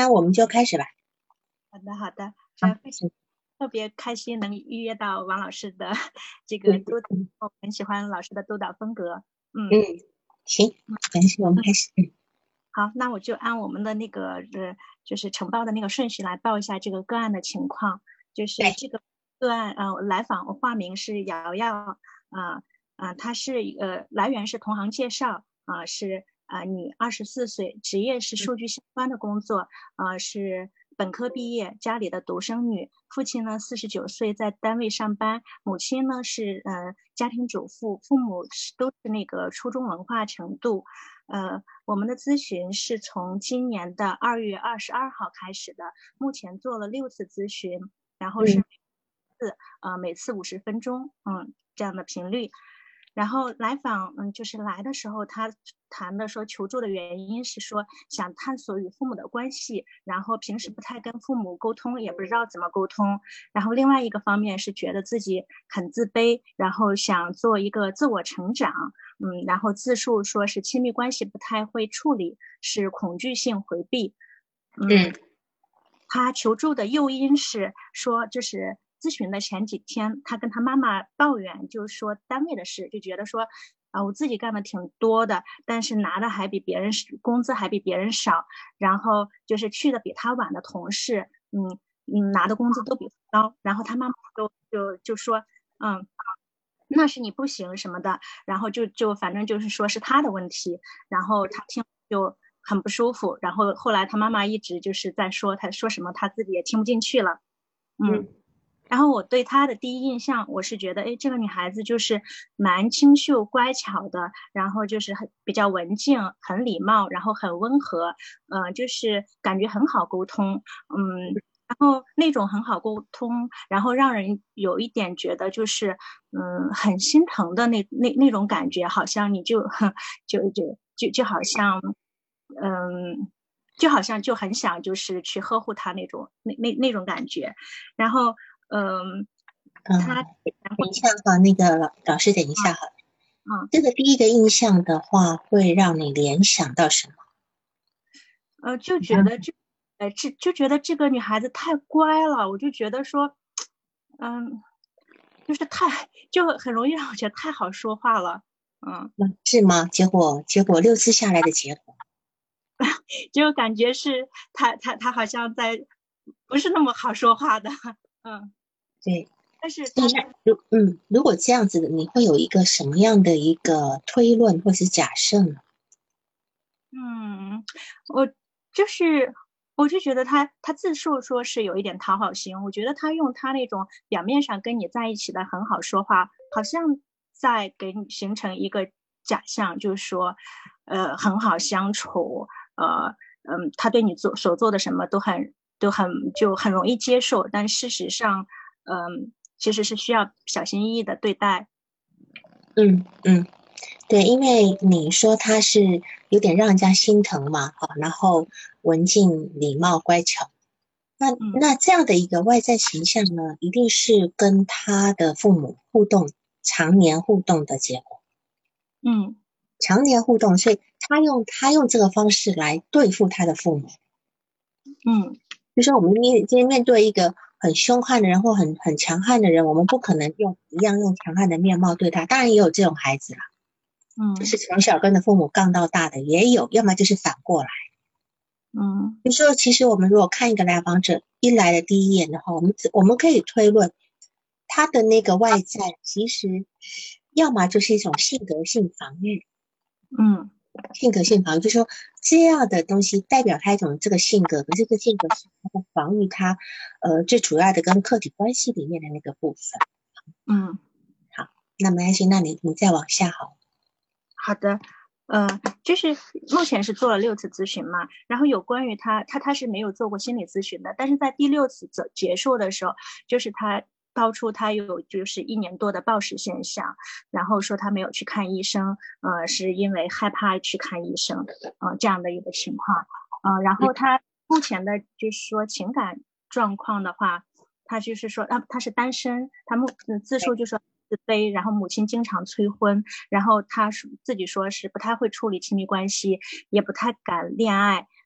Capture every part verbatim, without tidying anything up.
那我们就开始吧。 好的，好的， 好， 呃，非常特别开心能预约到王老师的这个督导， 嗯我很喜欢老师的督导风格。嗯嗯，行，没事，我们嗯， 开始。嗯， 好，那我就按我们的那个呃，就是呈报的那个顺序来报一下这个个案的情况。就是对， 这个个案，呃，来访我化名是瑶瑶，啊、啊，她是呃来源是同行介绍，啊、是啊、女，二十四岁，职业是数据相关的工作，啊、是本科毕业，家里的独生女，父亲呢四十九岁，在单位上班，母亲呢是呃家庭主妇，父母是都是那个初中文化程度。呃，我们的咨询是从今年的二月二十二号开始的，目前做了六次咨询，然后是嗯每次呃每次五十分钟，嗯，这样的频率。然后来访，嗯，就是来的时候，他谈的说求助的原因是说想探索与父母的关系，然后平时不太跟父母沟通，也不知道怎么沟通。然后另外一个方面是觉得自己很自卑，然后想做一个自我成长，嗯，然后自述说是亲密关系不太会处理，是恐惧性回避。 嗯嗯，他求助的诱因是说，就是咨询的前几天，他跟他妈妈抱怨，就是说单位的事，就觉得说，啊，我自己干的挺多的，但是拿的还比别人工资还比别人少，然后就是去的比他晚的同事，嗯嗯，拿的工资都比他高，然后他妈妈就就就说，嗯。那是你不行什么的，然后就就反正就是说是他的问题，然后他听就很不舒服，然后后来他妈妈一直就是在说他说什么他自己也听不进去了，嗯， 嗯然后我对她的第一印象，我是觉得，哎，这个女孩子就是蛮清秀乖巧的，然后就是很比较文静，很礼貌，然后很温和，呃，就是感觉很好沟通，嗯，然后那种很好沟通，然后让人有一点觉得就是，嗯，很心疼的那那那种感觉，好像你就就就就就好像，嗯。就好像就很想就是去呵护她那种那那那种感觉，然后嗯， 嗯， 他等一下哈，那个老老师，等一下哈。 嗯这个第一个印象的话，会让你联想到什么？ 呃就觉得这，呃这就觉得这个女孩子太乖了，我就觉得说，嗯，就是太就很容易让我觉得太好说话了，嗯， 嗯，是吗？结果结果六次下来的结果， 就感觉是她她她好像在不是那么好说话的，嗯， 对， 但是所以她的如嗯，如果这样子的，你会有一个什么样的一个推论或是假设呢？ 嗯，我就是我就觉得他他自述说是有一点讨好型，我觉得他用他那种表面上跟你在一起的很好说话，好像在给你形成一个假象，就是说，呃，很好相处，呃，嗯，他对你做所做的什么都很都很就很容易接受，但事实上，嗯，其实是需要小心翼翼的对待。 嗯嗯。对，因为你说他是有点让人家心疼嘛，哈，然后文静、礼貌、乖巧，那嗯那这样的一个外在形象呢，一定是跟他的父母互动，常年互动的结果， 嗯常年互动，所以他用他用这个方式来对付他的父母。 嗯就说我们面今天面对一个很凶悍的人或很很强悍的人，我们不可能用一样用强悍的面貌对他，当然也有这种孩子啦，就是嗯从小跟着父母杠到大的也有，要么就是反过来。 嗯比如说，其实我们如果看一个来访者一来的第一眼的话，我们我们可以推论他的那个外在，其实要么就是一种性格性防御， 嗯性格性防御，就是说这样的东西代表他一种这个性格，可是这个性格是他在防御他，呃，最主要的跟客体关系里面的那个部分。 嗯。 好，那没关系，那你你再往下好。 好的，呃，就是目前是做了六次咨询嘛，然后有关于他，他他是没有做过心理咨询的，但是在第六次结结束的时候，就是他道出他有就是一年多的暴食现象，然后说他没有去看医生，呃，是因为害怕去看医生，呃，这样的一个情况，呃，然后他目前的就是说情感状况的话，他就是说他他是单身，他目自述就说自卑，然后母亲经常催婚。然后他自己说是不太会处理亲密关系，也不太敢恋爱，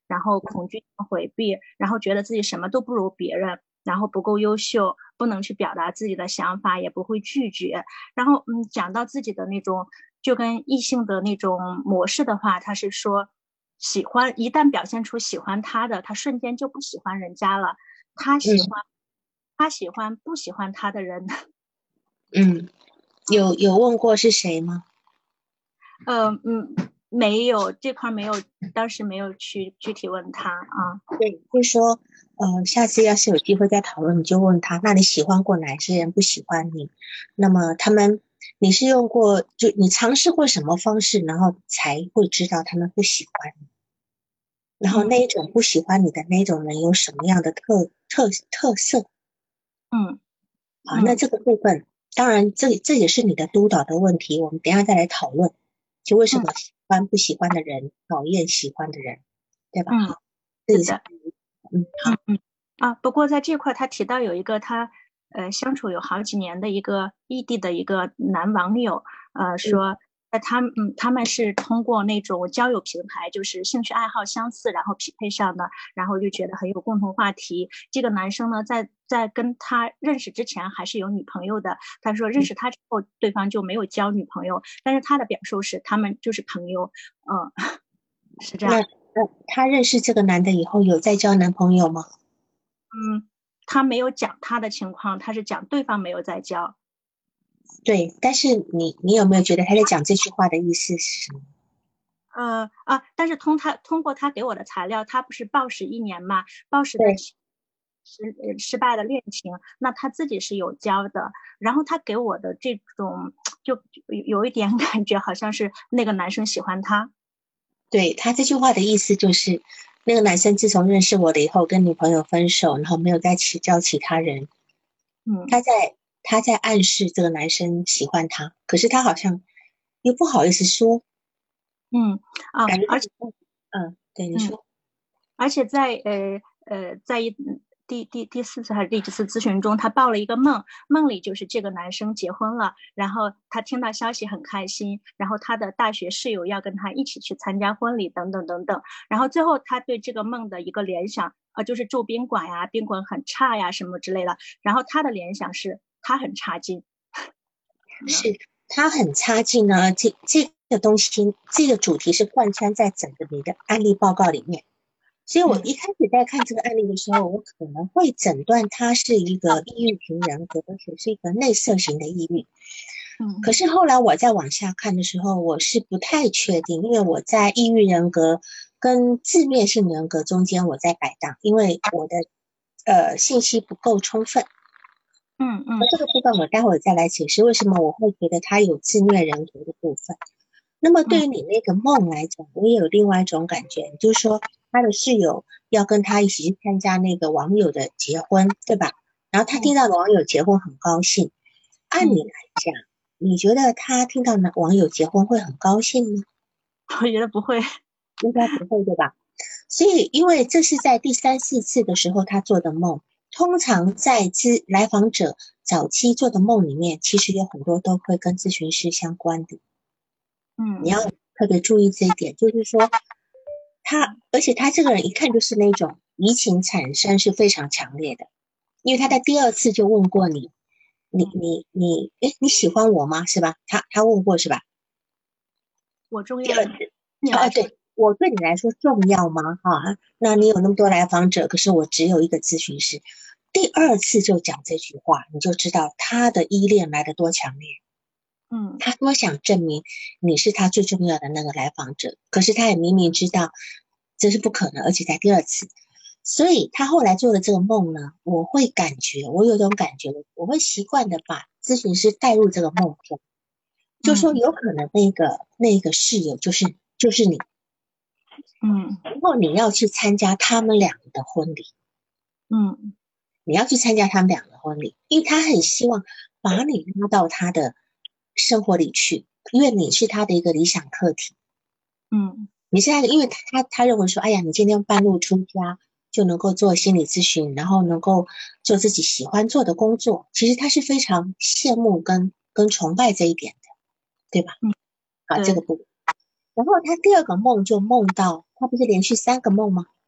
然后恐惧回避，然后觉得自己什么都不如别人，然后不够优秀，不能去表达自己的想法，也不会拒绝。然后嗯，讲到自己的那种就跟异性的那种模式的话，他是说喜欢一旦表现出喜欢他的，他瞬间就不喜欢人家了。他喜欢、嗯、他喜欢不喜欢他的人。 嗯，有有问过是谁吗？ 呃嗯，没有，这块没有，当时没有去具体问他啊。 对，就是说，呃，下次要是有机会再讨论，你就问他，那你喜欢过哪些人，不喜欢你？那么他们，你是用过，就你尝试过什么方式，然后才会知道他们不喜欢你？然后那一种不喜欢你的那种人有什么样的特特特色？ 嗯， 好，那这个部分，当然这这也是你的督导的问题，我们等一下再来讨论，就为什么喜欢不喜欢的人，讨厌喜欢的人，对吧？ 嗯， 好，这是的。 嗯，好， 嗯嗯啊，不过在这块他提到有一个他呃相处有好几年的一个异地的一个男网友，呃说在他嗯他们是通过那种交友平台，就是兴趣爱好相似，然后匹配上的，然后就觉得很有共同话题。这个男生呢，在在跟他认识之前还是有女朋友的，他说认识他之后，对方就没有交女朋友，但是他的表述是他们就是朋友，嗯、呃，是这样。 那那他认识这个男的以后有再交男朋友吗？ 嗯，他没有讲他的情况，他是讲对方没有在交。 对，但是你你有没有觉得他在讲这句话的意思是什么？ 呃啊，但是通他通过他给我的材料，他不是暴食一年嘛，暴食的对， 失呃失败的恋情，那他自己是有交的。然后他给我的这种就有有一点感觉，好像是那个男生喜欢他。 对，他这句话的意思就是，那个男生自从认识我了以后，跟女朋友分手，然后没有再起交其他人。 嗯， 他在他在暗示这个男生喜欢他，可是他好像又不好意思说， 嗯啊， 感觉而且嗯，对你嗯。 说， 而且在呃呃，在一第第第四次还是第几次咨询中，他报了一个梦，梦里就是这个男生结婚了，然后他听到消息很开心，然后他的大学室友要跟他一起去参加婚礼，等等等等。然后最后他对这个梦的一个联想，呃，就是住宾馆呀，宾馆很差呀，什么之类的。然后他的联想是他很差劲。 是他很差劲呢。这这个东西，这个主题是贯穿在整个你的案例报告里面。所以我一开始在看这个案例的时候，我可能会诊断他是一个抑郁型人格，而且是一个内射型的抑郁。 嗯， 可是后来我再往下看的时候，我是不太确定，因为我在抑郁人格跟自恋性人格中间我在摆荡，因为我的呃信息不够充分。 嗯嗯， 那这个部分我待会儿再来解释为什么我会觉得他有自虐人格的部分。那么对于你那个梦来讲，我也有另外一种感觉，就是说他的室友要跟他一起去参加那个网友的结婚，对吧？然后他听到网友结婚很高兴。按你来讲，你觉得他听到网友结婚会很高兴吗？ 我觉得不会。 应该不会，对吧？所以因为这是在第三四次的时候他做的梦，通常在咨来访者早期做的梦里面，其实有很多都会跟咨询师相关的。 嗯， 你要特别注意这一点，就是说他，而且他这个人一看就是那种移情产生是非常强烈的，因为他在第二次就问过你，你你你，诶，你喜欢我吗？是吧？他他问过是吧？ 我重要吗？你哦， 来说。 对，我对你来说重要吗？哈，那你有那么多来访者，可是我只有一个咨询师。第二次就讲这句话，你就知道他的依恋来得多强烈。 嗯， 他多想证明你是他最重要的那个来访者，可是他也明明知道这是不可能，而且在第二次。所以他后来做的这个梦呢，我会感觉，我有一种感觉，我会习惯的把咨询师带入这个梦中，就说有可能那个那个室友就是就是你。 嗯， 然后你要去参加他们两个的婚礼， 嗯， 你要去参加他们两个婚礼，因为他很希望把你拉到他的生活里去，因为你是他的一个理想课题。 嗯， 你是他的，因为他他认为说，哎呀，你今天半路出家就能够做心理咨询，然后能够做自己喜欢做的工作，其实他是非常羡慕跟跟崇拜这一点的，对吧？ 嗯， 好，这对， 个部分。然后他第二个梦就梦到，他不是连续三个梦吗？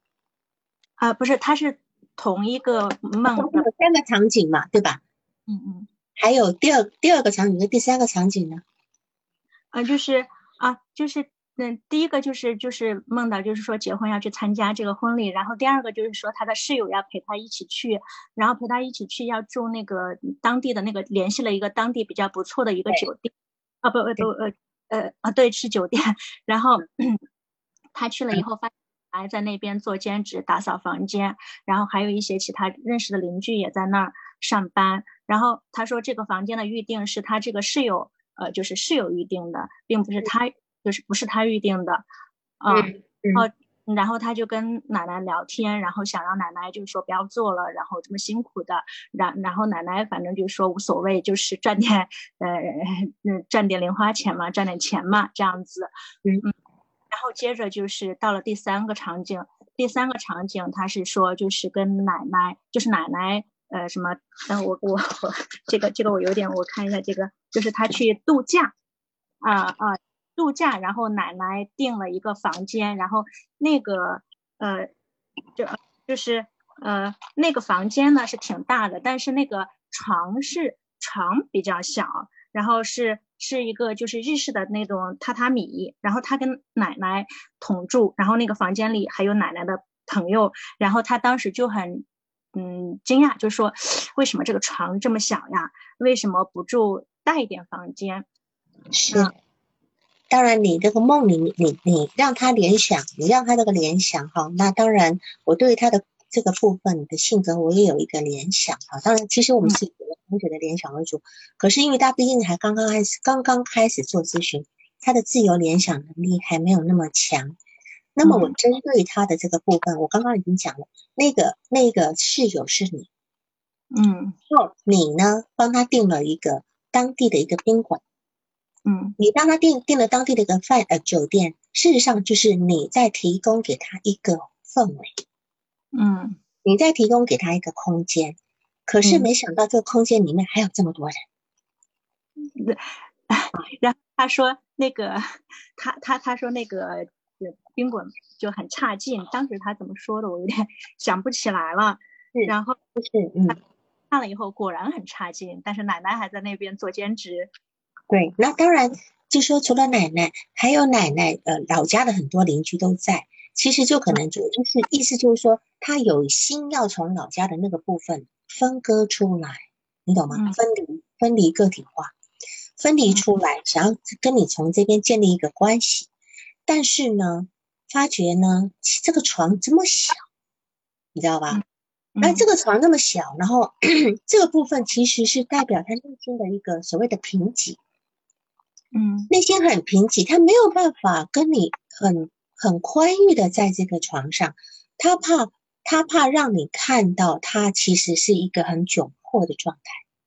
啊、不是，他是同一个梦的。 有三个场景嘛，对吧？ 嗯嗯。 还有第二第二个场景跟第三个场景呢？ 呃，就是啊，就是嗯，第一个就是就是梦到就是说结婚要去参加这个婚礼，然后第二个就是说他的室友要陪他一起去，然后陪他一起去要住那个当地的那个联系了一个当地比较不错的一个酒店。啊不不不呃呃啊对，是酒店。然后他去了以后发现还在那边做兼职打扫房间，然后还有一些其他认识的邻居也在那儿上班。然后他说这个房间的预定是他这个室友呃就是室友预定的，并不是他就是不是他预定的。啊、 嗯嗯， 嗯，然后他就跟奶奶聊天，然后想让奶奶就是说不要做了，然后这么辛苦的，然然后奶奶反正就说无所谓，就是赚点呃嗯赚点零花钱嘛，赚点钱嘛这样子。 嗯嗯，然后接着就是到了第三个场景，第三个场景他是说就是跟奶奶，就是奶奶呃什么，呃我我我这个这个我有点我看一下这个，就是他去度假。啊啊度假，然后奶奶订了一个房间，然后那个呃就就是呃那个房间呢是挺大的，但是那个床是床比较小，然后是是一个就是日式的那种榻榻米，然后他跟奶奶同住，然后那个房间里还有奶奶的朋友，然后他当时就很嗯惊讶，就说为什么这个床这么小呀？为什么不住大一点房间？ 是。当然，你这个梦里，你你让他联想，你让他这个联想哈，那当然，我对他的这个部分的性格，我也有一个联想哈。当然，其实我们是以同学的联想为主，可是因为他毕竟还刚刚开始，刚刚开始做咨询，他的自由联想能力还没有那么强。那么我针对他的这个部分，我刚刚已经讲了，那个那个室友是你， 嗯哦，你呢帮他订了一个当地的一个宾馆。 嗯你帮他订订了当地的一个饭呃酒店，事实上就是你在提供给他一个氛围， 嗯你在提供给他一个空间。可是嗯没想到这个空间里面还有这么多人。 嗯。然后他说那个他他他说那个宾馆就很差劲，当时他怎么说的我有点想不起来了。 是， 然后就是嗯， 看了以后果然很差劲，但是奶奶还在那边做兼职。 对，那当然就说除了奶奶，还有奶奶呃老家的很多邻居都在，其实就可能就就是意思就是说他有心要从老家的那个部分分割出来，你懂吗？ 嗯分离分离个体化。分离嗯出来，想要跟你从这边建立一个关系，但是呢，发觉呢，这个床这么小，你知道吧？ 嗯那这嗯个床那么小，然后这个部分其实是代表他内心的一个所谓的贫瘠， 嗯内心很贫瘠，他没有办法跟你很很宽裕的在这个床上，他怕他怕让你看到他其实是一个很窘迫的状态。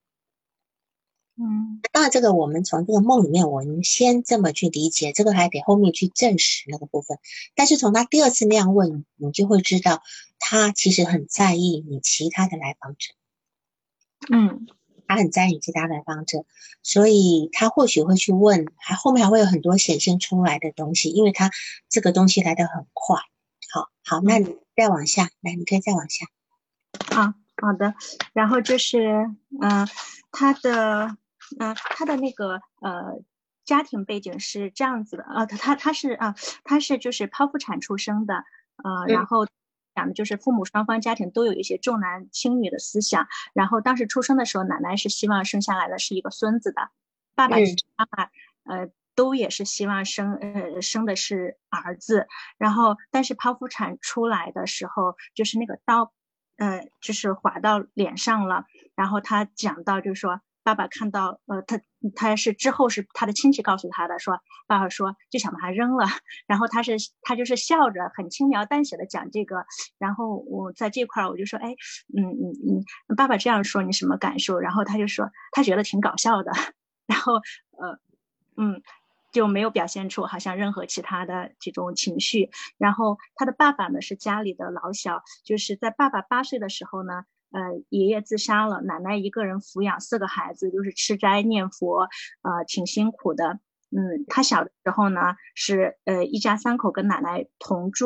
嗯当然，这个我们从这个梦里面，我们先这么去理解，这个还得后面去证实那个部分。但是从他第二次那样问，你就会知道，他其实很在意你其他的来访者， 嗯他很在意其他来访者，所以他或许会去问，还后面还会有很多显现出来的东西，因为他这个东西来得很快。好，好，那你再往下，来，你可以再往下。 啊好的。然后就是嗯、呃他的嗯、呃他的那个呃家庭背景是这样子的。呃他他他是啊、他是就是剖腹产出生的。呃然嗯后讲的就是父母双方家庭都有一些重男轻女的思想，然后当时出生的时候奶奶是希望生下来的是一个孙子的，爸爸嗯妈妈呃都也是希望生呃生的是儿子。然后但是剖腹产出来的时候就是那个刀呃，就是划到脸上了。然后他讲到，就是说，爸爸看到，呃，他他是之后是他的亲戚告诉他的，说爸爸说就想把它扔了。然后他是他就是笑着很轻描淡写的讲这个。然后我在这块儿我就说，哎，嗯嗯嗯，爸爸这样说你什么感受？然后他就说他觉得挺搞笑的。然后呃嗯。就没有表现出好像任何其他的这种情绪。然后他的爸爸呢是家里的老小，就是在爸爸八岁的时候呢，呃，爷爷自杀了，奶奶一个人抚养四个孩子，就是吃斋念佛，呃，挺辛苦的。嗯，他小的时候呢是呃一家三口跟奶奶同住，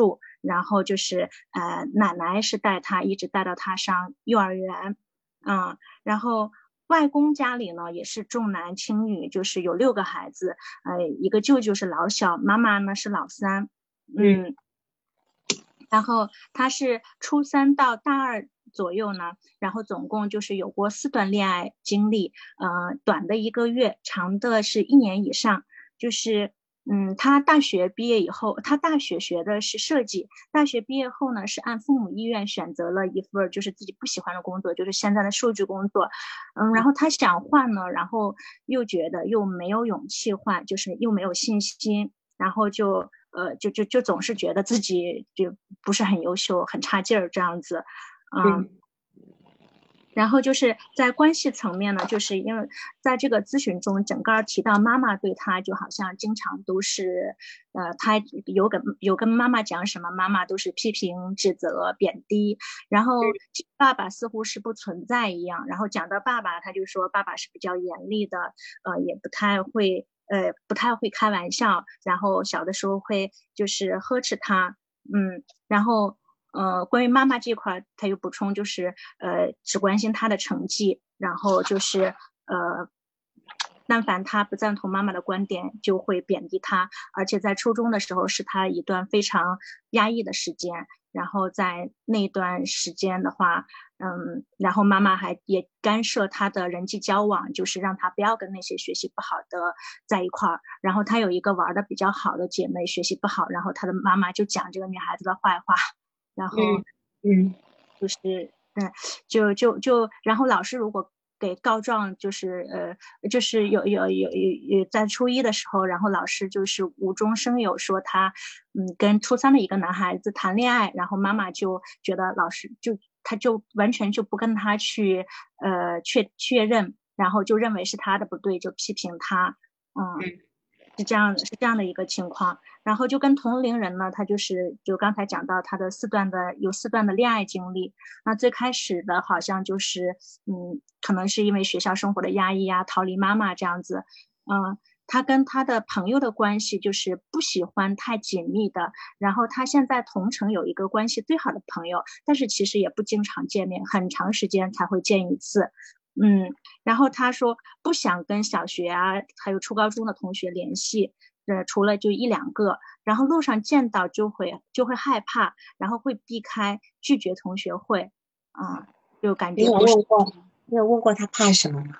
然后就是呃奶奶是带他一直带到他上幼儿园，嗯，然后外公家里呢也是重男轻女，就是有六个孩子，呃，一个舅舅是老小，妈妈呢是老三，嗯，然后他是初三到大二左右呢，然后总共就是有过四段恋爱经历，呃，短的一个月，长的是一年以上，就是。嗯，他大学毕业以后，他大学学的是设计，大学毕业后呢，是按父母意愿选择了一份就是自己不喜欢的工作，就是现在的数据工作。嗯，然后他想换呢，然后又觉得又没有勇气换，就是又没有信心，然后就呃就就就总是觉得自己就不是很优秀，很差劲儿这样子，嗯。然后就是在关系层面呢，就是因为在这个咨询中，整个提到妈妈对他就好像经常都是，呃，他有跟有跟妈妈讲什么，妈妈都是批评、指责、贬低，然后爸爸似乎是不存在一样。然后讲到爸爸，他就说爸爸是比较严厉的，呃，也不太会，呃，不太会开玩笑，然后小的时候会就是呵斥他，嗯，然后。呃，关于妈妈这块，他又补充就是，呃，只关心她的成绩，然后就是，呃，但凡他不赞同妈妈的观点，就会贬低她，而且在初中的时候是他一段非常压抑的时间，然后在那段时间的话，嗯，然后妈妈还也干涉他的人际交往，就是让他不要跟那些学习不好的在一块儿，然后他有一个玩的比较好的姐妹，学习不好，然后他的妈妈就讲这个女孩子的坏话。然后， 嗯， 就是嗯，就就就，然后老师如果给告状，就是呃，就是有有有有有在初一的时候，然后老师就是无中生有说他，嗯，跟初三的一个男孩子谈恋爱，然后妈妈就觉得老师就他就完全就不跟他去呃确确认，然后就认为是他的不对，就批评他，嗯。是这样的，是这样的一个情况，然后就跟同龄人呢，他就是就刚才讲到他的四段的有四段的恋爱经历，那最开始的好像就是嗯，可能是因为学校生活的压抑啊，逃离妈妈这样子，嗯，他跟他的朋友的关系就是不喜欢太紧密的，然后他现在同城有一个关系最好的朋友，但是其实也不经常见面，很长时间才会见一次，嗯。然后他说不想跟小学啊，还有初高中的同学联系，呃，除了就一两个，然后路上见到就会就会害怕，然后会避开，拒绝同学会，啊、嗯，就感你有觉不是。 问过，你有问过他怕什么吗？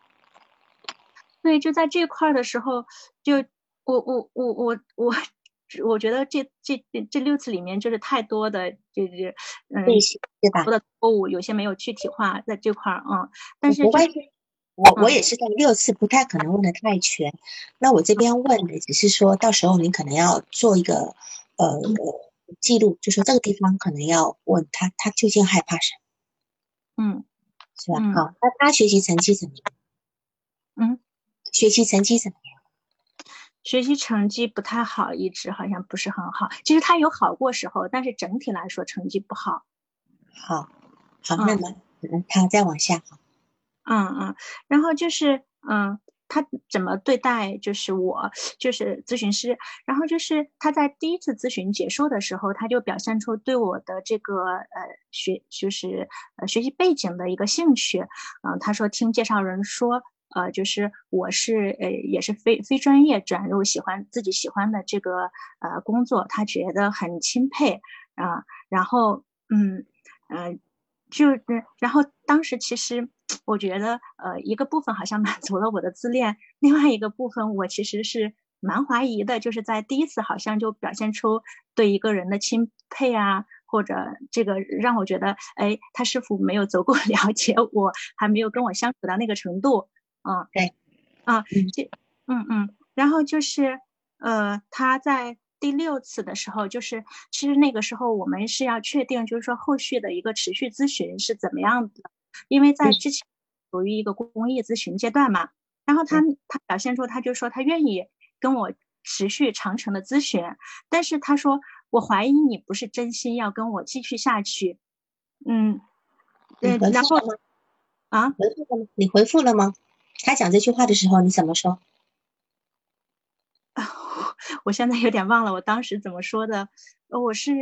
对，就在这块的时候，就我我我我我，我觉得这这这六次里面就是太多的，就是嗯， 类型对吧？ 多的错误，有些没有具体化在这块儿，嗯，但是就不关系，我我嗯也是在六次，不太可能问的太全。那我这边问的只是说到时候你可能要做一个呃呃记录，就说这个地方可能要问他，他究竟害怕什么， 嗯是吧？ 嗯好，那他学习成绩怎么样？ 嗯。 学习成绩怎么样？ 学习成绩不太好，一直好像不是很好。其实他有好过时候，但是整体来说成绩不好。 好，好，那嗯么嗯，他再往下， 嗯嗯，然后就是嗯，他怎么对待就是我就是咨询师，然后就是他在第一次咨询结束的时候，他就表现出对我的这个呃学就是呃学习背景的一个兴趣。嗯，他说听介绍人说。呃，就是我是呃也是非非专业转入喜欢自己喜欢的这个呃工作，他觉得很钦佩啊、然后嗯嗯、呃就是然后当时其实我觉得呃一个部分好像满足了我的自恋，另外一个部分我其实是蛮怀疑的，就是在第一次好像就表现出对一个人的钦佩啊。或者这个让我觉得，哎，他是否没有足够了解我，还没有跟我相处到那个程度，嗯， 对， 啊， 嗯这，嗯嗯，然后就是，呃，他在第六次的时候，就是其实那个时候我们是要确定，就是说后续的一个持续咨询是怎么样的，因为在嗯之前属于一个公益咨询阶段嘛，然后他嗯， 他表现出他就说他愿意跟我持续长程的咨询，但是他说我怀疑你不是真心要跟我继续下去，嗯， 你呃，然后回复了吗？ 啊。 回复了吗？你回复了吗？他讲这句话的时候，你怎么说？ 我现在有点忘了我当时怎么说的，呃，我是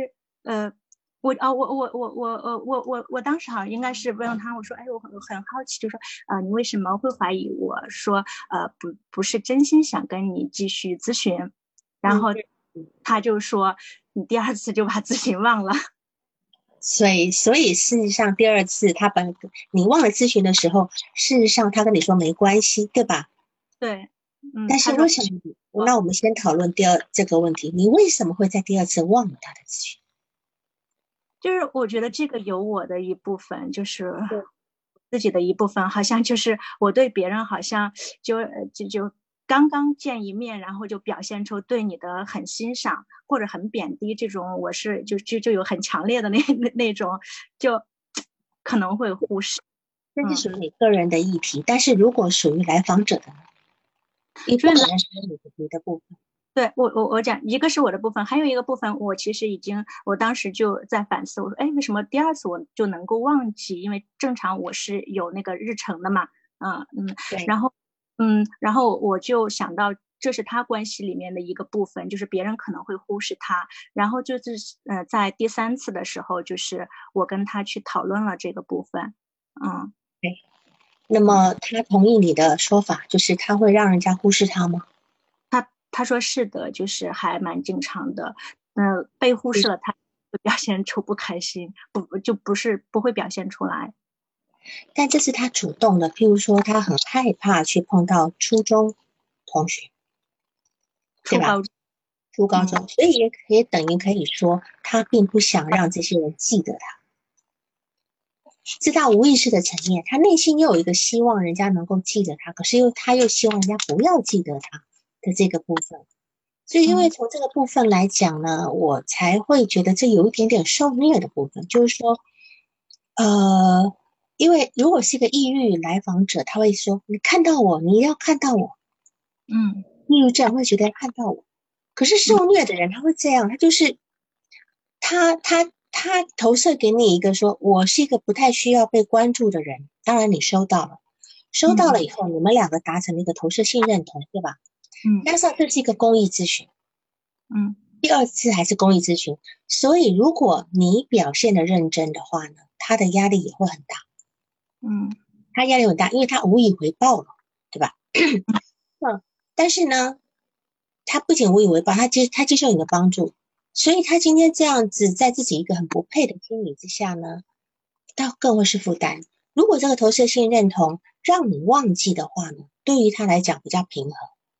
呃，我啊，我我我我呃我我我当时好像应该是问他，我说，哎，我很很好奇，就说，呃，你为什么会怀疑我说，呃，不不是真心想跟你继续咨询，然后他就说，你第二次就把咨询忘了。 所以，所以事实上，第二次他把你忘了咨询的时候，事实上他跟你说没关系，对吧？ 对，嗯， 但是为什么？那我们先讨论第二这个问题，你为什么会在第二次忘了他的咨询？ 就是我觉得这个有我的一部分，就是自己的一部分，好像就是我对别人好像就就就刚刚见一面，然后就表现出对你的很欣赏或者很贬低，这种我是就就就有很强烈的那那那种，就可能会忽视。 这是属于你个人的议题，嗯、但是如果属于来访者的呢？一部分是你的你的部分。 对我我我讲，一个是我的部分，还有一个部分，我其实已经，我当时就在反思，我说，哎，为什么第二次我就能够忘记？因为正常我是有那个日程的嘛，嗯嗯，然后嗯，然后我就想到，这是他关系里面的一个部分，就是别人可能会忽视他，然后就是呃，在第三次的时候，就是我跟他去讨论了这个部分，嗯， 对。那么他同意你的说法，就是他会让人家忽视他吗？ 他他说是的，就是还蛮正常的。嗯、呃，被忽视了，他会表现出不开心，不就不是不会表现出来。 但这是他主动的，譬如说他很害怕去碰到初中同学，对吧？初高中，嗯、所以也可以等于可以说，他并不想让这些人记得他。是他无意识的层面，他内心又有一个希望人家能够记得他，可是又他又希望人家不要记得他的这个部分。所以因为从这个部分来讲呢，我才会觉得这有一点点受虐的部分，就是说，呃，因为如果是一个抑郁来访者，他会说你看到我，你要看到我， 嗯， 抑郁症会觉得要看到我，可是受虐的人他会这样，他就是他他他投射给你一个说，我是一个不太需要被关注的人，当然你收到了，收到了以后，你们两个达成了一个投射性认同，对吧？ 嗯， 加上这是一个公益咨询。 嗯， 第二次还是公益咨询，所以如果你表现的认真的话呢，他的压力也会很大。 嗯， 他压力很大，因为他无以回报了，对吧？嗯，但是呢，他不仅无以回报，他接他接受你的帮助，所以他今天这样子在自己一个很不配的心理之下呢，他更会是负担。如果这个投射性认同让你忘记的话呢，对于他来讲比较平衡。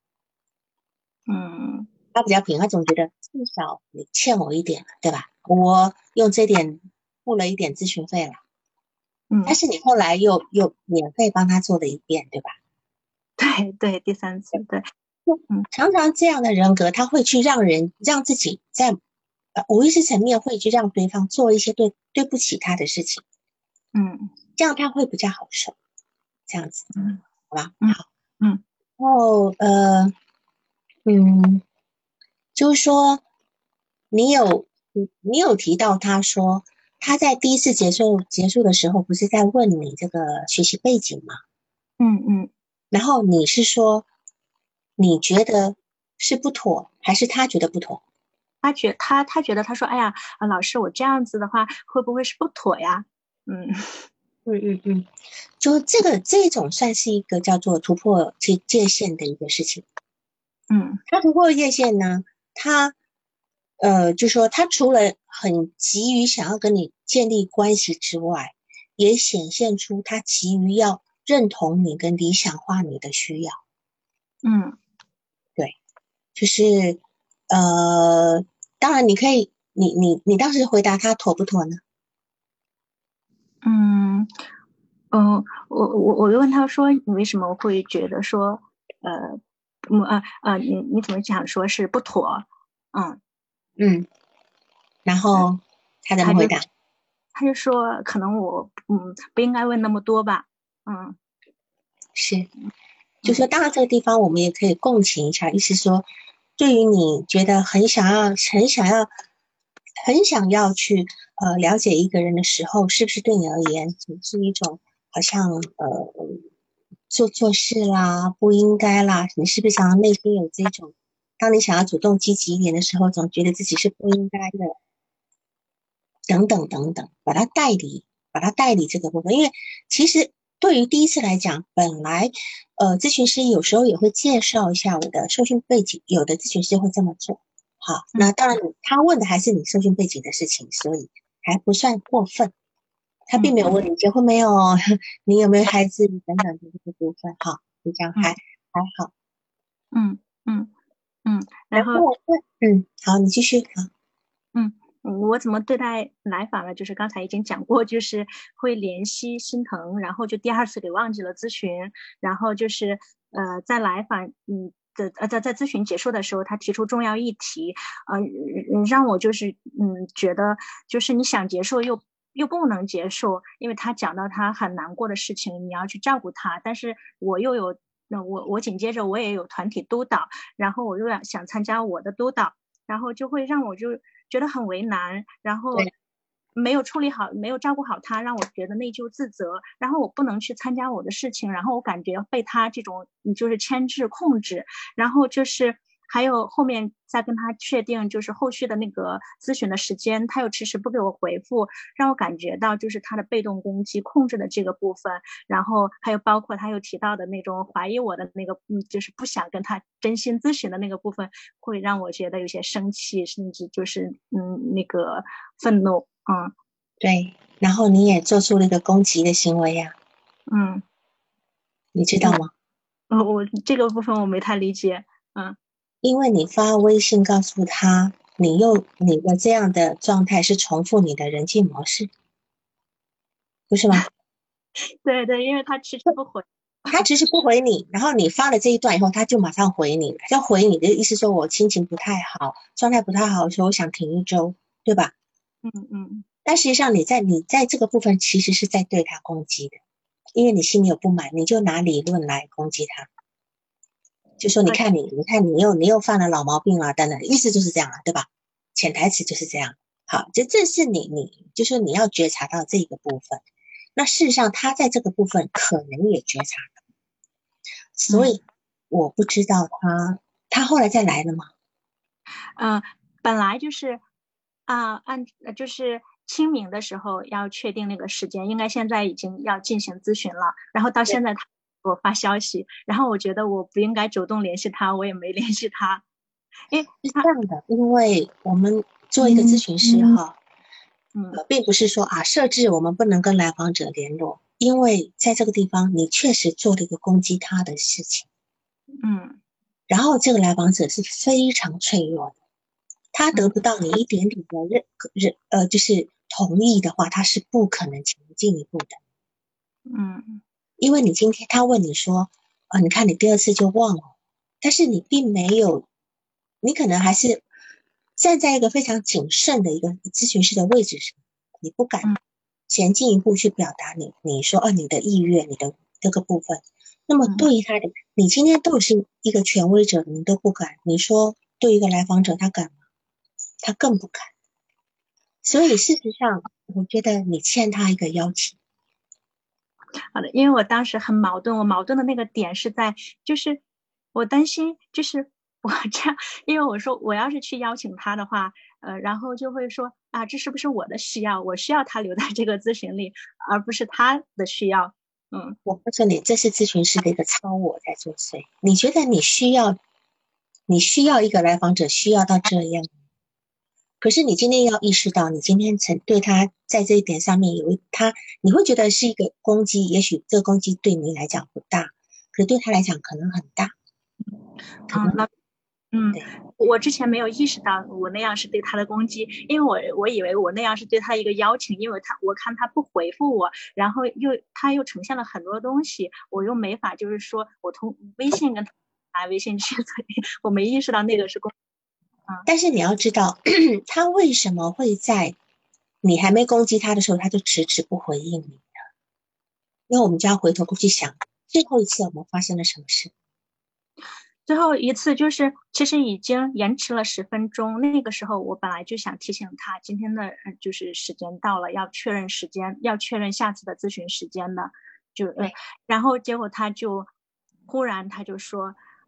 嗯， 他比较平，他总觉得至少你欠我一点，对吧？我用这点付了一点咨询费了， 嗯， 但是你后来又又免费帮他做了一遍，对吧？ 对对，第三次，对， 嗯，常常这样的人格，他会去让人让自己在呃无意识层面会去让对方做一些对对不起他的事情， 嗯， 这样他会比较好受，这样子， 嗯， 好吧？ 嗯， 好， 嗯， 然后呃，嗯。就是说，你有你你有提到他说他在第一次结束结束的时候，不是在问你这个学习背景吗？ 嗯嗯， 然后你是说你觉得是不妥，还是他觉得不妥？ 他觉他他觉得他说，哎呀，啊老师，我这样子的话会不会是不妥呀？嗯嗯嗯嗯，就这个这种算是一个叫做突破界界限的一个事情。 嗯， 他突破界限呢，他呃，就说他除了很急于想要跟你建立关系之外，也显现出他急于要认同你跟理想化你的需要。 嗯， 对，就是呃，当然你可以，你你你当时回答他妥不妥呢？ 嗯，嗯，我我我就问他说，你为什么会觉得说，呃，嗯啊啊，你你怎么想说是不妥？嗯嗯，然后他怎么回答？ 他就说，可能我嗯不应该问那么多吧。嗯， 是，就说当然这个地方我们也可以共情一下，意思说，对于你觉得很想要、很想要、很想要去呃了解一个人的时候，是不是对你而言只是一种好像呃做错事啦、不应该啦？你是不是想要内心有这种，当你想要主动积极一点的时候，总觉得自己是不应该的？ 等等等等，把它代理，把它代理这个部分。因为其实对于第一次来讲，本来呃咨询师有时候也会介绍一下我的受训背景，有的咨询师会这么做。好，那当然他问的还是你受训背景的事情，所以还不算过分。他并没有问你结婚没有，你有没有孩子等等这个部分。好，就这样还还好。 嗯嗯嗯，然后我问，嗯，好，你继续。好， 嗯，我怎么对待来访呢？就是刚才已经讲过，就是会怜惜心疼，然后就第二次给忘记了咨询，然后就是呃，在来访嗯的呃在在咨询结束的时候，他提出重要议题，呃，让我就是嗯觉得就是你想接受又又不能接受，因为他讲到他很难过的事情，你要去照顾他，但是我又有那我我紧接着我也有团体督导，然后我又要想参加我的督导。然后就会让我就觉得很为难，然后没有处理好，没有照顾好他，让我觉得内疚自责，然后我不能去参加我的事情，然后我感觉被他这种就是牵制控制，然后就是还有后面再跟他确定就是后续的那个咨询的时间，他又迟迟不给我回复，让我感觉到就是他的被动攻击控制的这个部分，然后还有包括他又提到的那种怀疑我的那个嗯，就是不想跟他真心咨询的那个部分，会让我觉得有些生气，甚至就是嗯那个愤怒。嗯， 对，然后你也做出了一个攻击的行为呀、 啊，嗯， 你知道吗？ 我我这个部分我没太理解。嗯， 因为你发微信告诉他，你又你的这样的状态是重复你的人际模式，不是吗？ 对对，因为他迟迟不回。 他其实不回你，然后你发了这一段以后，他就马上回你，要回你的意思说我心情不太好，状态不太好，说我想停一周，对吧？ 嗯嗯， 但实际上你在你在这个部分其实是在对他攻击的，因为你心里有不满，你就拿理论来攻击他，就说你看你，你看你又你又犯了老毛病了，等等，意思就是这样了，对吧？潜台词就是这样。好，这这是你你就是你要觉察到这个部分。那事实上他在这个部分可能也觉察到，所以我不知道他他后来再来了吗？ 嗯、呃，本来就是啊，按就是清明的时候要确定那个时间，应该现在已经要进行咨询了。然后到现在他给我发消息，然后我觉得我不应该主动联系他，我也没联系他，因为是这样的，因为我们做一个咨询师哈， 嗯， 呃，并不是说啊设置我们不能跟来访者联络，因为在这个地方你确实做了一个攻击他的事情， 嗯， 然后这个来访者是非常脆弱的，他得不到你一点点的认认呃就是同意的话，他是不可能前进一步的。 嗯， 因为你今天他问你说，呃，你看你第二次就忘了，但是你并没有，你可能还是站在一个非常谨慎的一个咨询师的位置上，你不敢前进一步去表达你你说呃你的意愿，你的这个部分。那么对于他的，你今天都是一个权威者，你都不敢，你说对于一个来访者他敢吗？他更不敢。所以事实上，我觉得你欠他一个邀请。 好的，因为我当时很矛盾，我矛盾的那个点是在，就是我担心，就是我这样，因为我说我要是去邀请他的话，呃，然后就会说啊，这是不是我的需要？我需要他留在这个咨询里，而不是他的需要。嗯， 我告诉你，这是咨询师的一个超我在作祟。你觉得你需要，你需要一个来访者需要到这样，可是你今天要意识到，你今天曾对他在这一点上面有一他，你会觉得是一个攻击，也许这个攻击对你来讲不大，可是对他来讲可能很大，可能啊，那嗯， 对。 我之前没有意识到我那样是对他的攻击，因为我我以为我那样是对他一个邀请，因为他我看他不回复我，然后又他又呈现了很多东西，我又没法就是说我从微信跟他发微信去，所以我没意识到那个是攻击。 但是你要知道，他为什么会在你还没攻击他的时候，他就迟迟不回应你？因为我们就要回头过去想，最后一次我们发生了什么事？ 最后一次就是其实已经延迟了十分钟，那个时候我本来就想提醒他今天的就是时间到了，要确认时间，要确认下次的咨询时间的，就呃，然后结果他就忽然他就说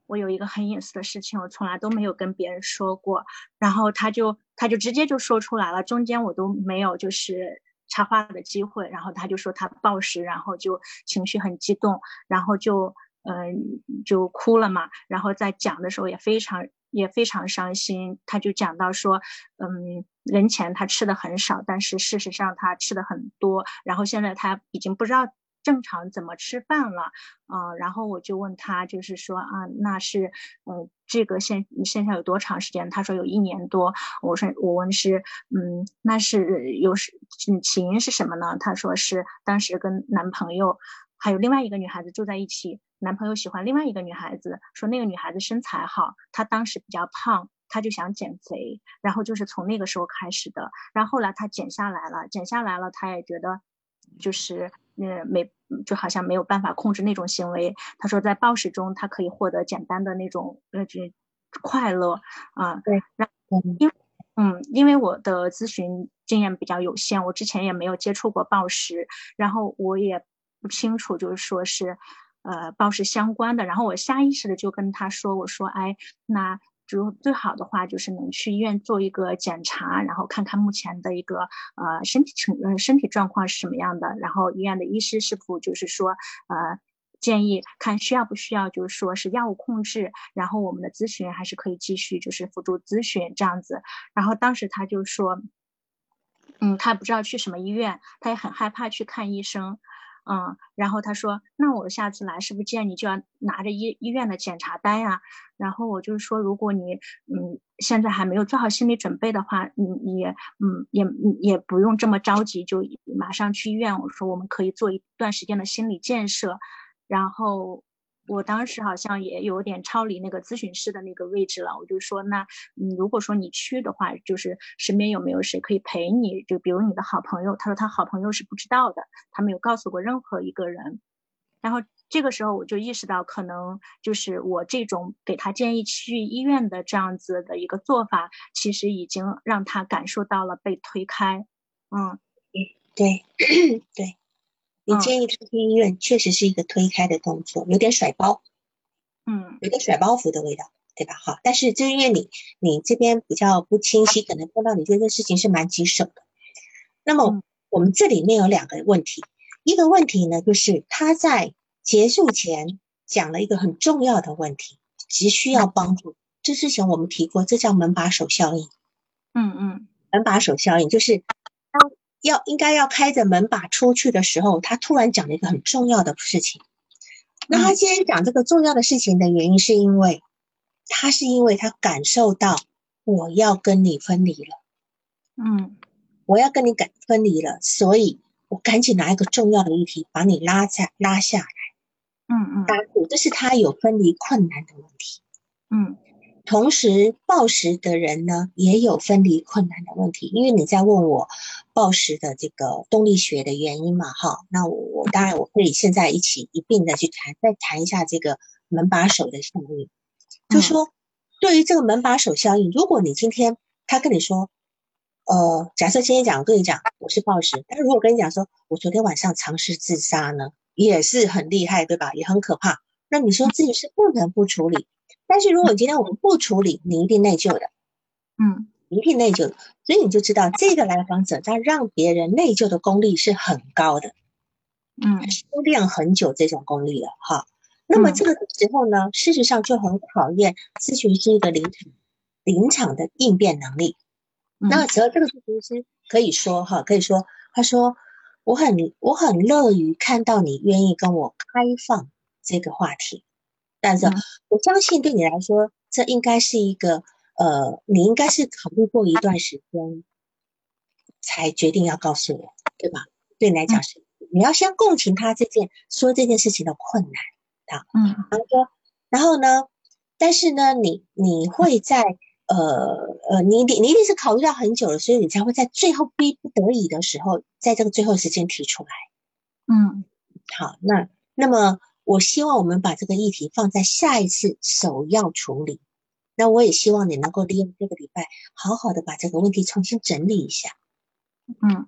我有一个很隐私的事情，我从来都没有跟别人说过。然后他就他就直接就说出来了，中间我都没有就是插话的机会。然后他就说他暴食，然后就情绪很激动，然后就嗯、呃、就哭了嘛。然后在讲的时候也非常也非常伤心。他就讲到说，嗯，人前他吃的很少，但是事实上他吃的很多，然后现在他已经不知道正常怎么吃饭了。呃，然后我就问他，就是说啊，那是，嗯，这个现现在有多长时间？他说有一年多。我说我问是，嗯，那是有是起因是什么呢？他说是当时跟男朋友还有另外一个女孩子住在一起，男朋友喜欢另外一个女孩子，说那个女孩子身材好，他当时比较胖，他就想减肥，然后就是从那个时候开始的。然后后来他减下来了，减下来了，他也觉得就是嗯没就好像没有办法控制那种行为。他说在暴食中他可以获得简单的那种呃就快乐啊。 对， 然后嗯因为嗯因为我的咨询经验比较有限，我之前也没有接触过暴食，然后我也不清楚就是说是呃暴食相关的。然后我下意识的就跟他说，我说哎，那就最好的话就是能去医院做一个检查，然后看看目前的一个呃身体情呃身体状况是什么样的，然后医院的医师是否就是说呃建议看需要不需要就是说是药物控制，然后我们的咨询还是可以继续就是辅助咨询这样子。然后当时他就说，嗯，他不知道去什么医院，他也很害怕去看医生。嗯，然后他说，那我下次来是不是见你就要拿着医医院的检查单呀？然后我就说，如果你嗯现在还没有做好心理准备的话，你你也嗯也也不用这么着急就马上去医院。我说我们可以做一段时间的心理建设。然后我当时好像也有点超离那个咨询师的那个位置了，我就说那嗯如果说你去的话，就是身边有没有谁可以陪你，就比如你的好朋友。他说他好朋友是不知道的，他没有告诉过任何一个人。然后这个时候我就意识到，可能就是我这种给他建议去医院的这样子的一个做法，其实已经让他感受到了被推开。嗯对对，你嗯建议他去医院，确实是一个推开的动作，有点甩包， 嗯有点甩包袱的味道，对吧？好，但是就因为你你这边比较不清晰，可能碰到你觉得这事情是蛮棘手的。那么嗯我们这里面有两个问题，一个问题呢，就是他在结束前讲了一个很重要的问题，急需要帮助。这之前我们提过，这叫门把手效应。 嗯嗯门把手效应就是当要应该要开着门把出去的时候，他突然讲了一个很重要的事情。那他今天讲这个重要的事情的原因，是因为他是因为他感受到我要跟你分离了， 嗯我要跟你赶分离了，所以我赶紧拿一个重要的议题把你拉下拉下来。 嗯嗯这是他有分离困难的问题。 嗯同时暴食的人呢也有分离困难的问题，因为你在问我暴食的这个动力学的原因嘛，哈，那我我当然我可以现在一起一并的去谈，再谈一下这个门把手的效应。就说对于这个门把手效应，如果你今天他跟你说，呃，假设今天讲跟你讲我是暴食，但如果跟你讲说我昨天晚上尝试自杀呢，也是很厉害，对吧？也很可怕。那你说自己是不能不处理，但是如果今天我们不处理，你一定内疚的， 嗯你一定内疚的。所以你就知道这个来访者他让别人内疚的功力是很高的， 嗯修炼很久这种功力了哈。那么这个时候呢，事实上就很考验咨询师的临场临场的应变能力。那只要这个咨询师可以说哈，可以说他说我很我很乐于看到你愿意跟我开放这个话题，但是我相信对你来说，这应该是一个呃，你应该是考虑过一段时间才决定要告诉我，对吧？对你来讲是，你要先共情他这件说这件事情的困难啊。 嗯然后说，然后呢，但是呢，你你会在呃呃，你你你一定是考虑到很久了，所以你才会在最后逼不得已的时候，在这个最后时间提出来。 嗯好，那那么我希望我们把这个议题放在下一次首要处理。那我也希望你能够利用这个礼拜，好好的把这个问题重新整理一下。 嗯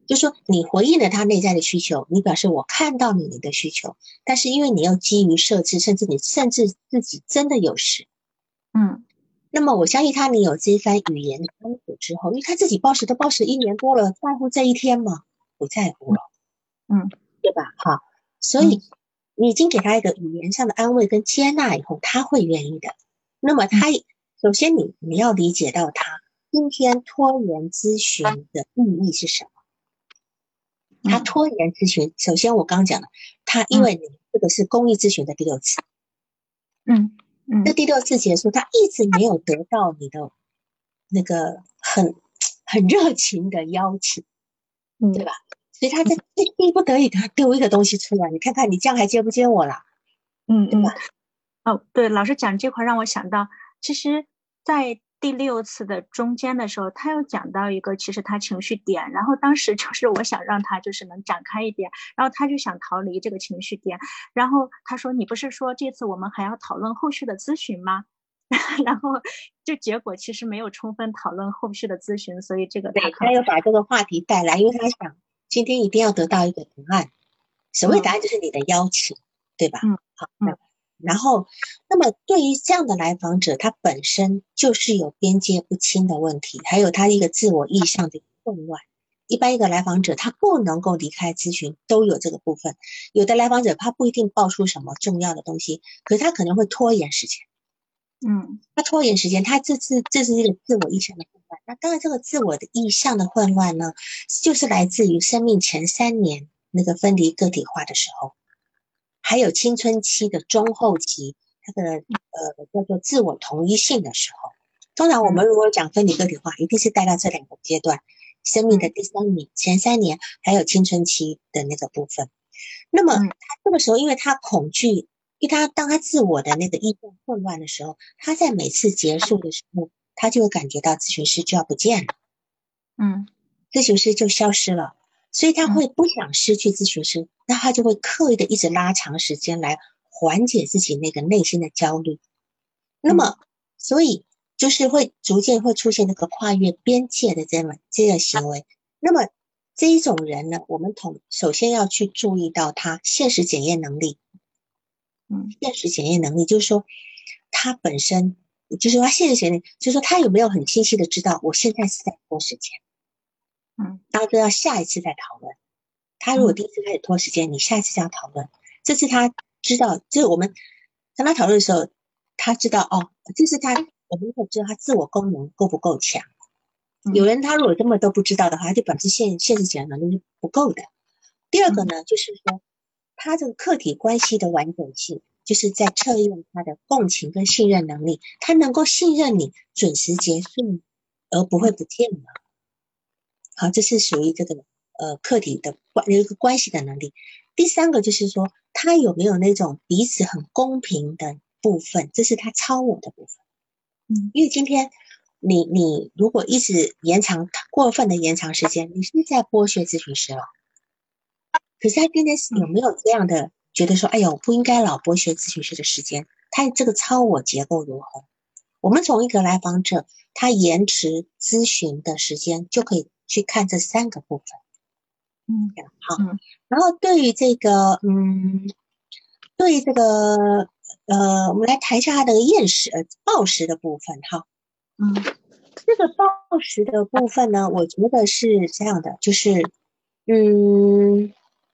就说你回应了他内在的需求，你表示我看到你的需求，但是因为你又基于设置，甚至你甚至自己真的有事， 嗯， 那么我相信他，你有这一番语言的安抚之后，因为他自己暴食都暴食一年多了，在乎这一天吗？不在乎了， 嗯， 对吧？好，所以你已经给他一个语言上的安慰跟接纳以后，他会愿意的。那么他首先你你要理解到他今天拖延咨询的意义是什么？他拖延咨询，首先我刚刚讲了，他因为你这个是公益咨询的第六次， 嗯嗯， 这第六次结束，他一直没有得到你的那个很很热情的邀请，对吧？所以他在逼不得已他丢一个东西出来，你看看你这样还接不接我啦？ 嗯嗯， 对吧？ 哦，对，老师讲这块让我想到，其实，在第六次的中间的时候，他又讲到一个，其实他情绪点，然后当时就是我想让他就是能展开一点，然后他就想逃离这个情绪点，然后他说：“你不是说这次我们还要讨论后续的咨询吗？”然后就结果其实没有充分讨论后续的咨询，所以这个对，他又把这个话题带来，因为他想今天一定要得到一个答案，所谓答案就是你的邀请，对吧？ 嗯， 好，嗯。然后，那么对于这样的来访者，他本身就是有边界不清的问题，还有他一个自我意向的混乱。一般一个来访者，他不能够离开咨询，都有这个部分。有的来访者他不一定爆出什么重要的东西，可是他可能会拖延时间。 嗯， 他拖延时间，他这是这是一个自我意向的混乱。那当然，这个自我的意向的混乱呢，就是来自于生命前三年那个分离个体化的时候。还有青春期的中后期，它的呃叫做自我同一性的时候，通常我们如果讲分离个体化，一定是带到这两个阶段，生命的第三年、前三年，还有青春期的那个部分。那么他这个时候，因为他恐惧，因为他当他自我的那个意识混乱的时候，他在每次结束的时候，他就会感觉到咨询师就要不见了， 嗯， 咨询师就消失了。所以他会不想失去咨询师，那他就会刻意的一直拉长时间来缓解自己那个内心的焦虑。那么，所以就是会逐渐会出现那个跨越边界的这么这个行为。那么这一种人呢，我们统首先要去注意到他现实检验能力。嗯，现实检验能力就是说，他本身就是说他现实检验，就是说他有没有很清晰的知道我现在是在拖时间。 嗯， 然后就要下一次再讨论。他如果第一次开始拖时间，你下一次就要讨论。这是他知道，就是我们跟他讨论的时候，他知道哦，这是他我们会知道他自我功能够不够强。有人他如果根本都不知道的话，他就表示现现实检验能力是不够的。第二个呢，就是说他这个客体关系的完整性，就是在测验他的共情跟信任能力，他能够信任你准时结束，而不会不见了。好，这是属于这个呃客体的关一个关系的能力。第三个就是说，他有没有那种彼此很公平的部分，这是他超我的部分。嗯，因为今天你你如果一直延长过分的延长时间，你是在剥削咨询师了。可是他今天有没有这样的觉得说，哎呀，我不应该老剥削咨询师的时间？他这个超我结构如何？我们从一个来访者他延迟咨询的时间就可以去看这三个部分。嗯，好。然后对于这个，嗯，对于这个，呃，我们来谈一下他的厌食、呃暴食的部分，哈。嗯，这个暴食的部分呢，我觉得是这样的，就是，嗯，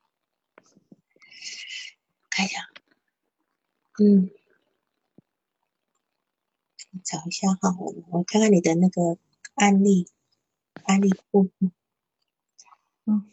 看一下，嗯，找一下哈，我我看看你的那个案例，案例部分，嗯。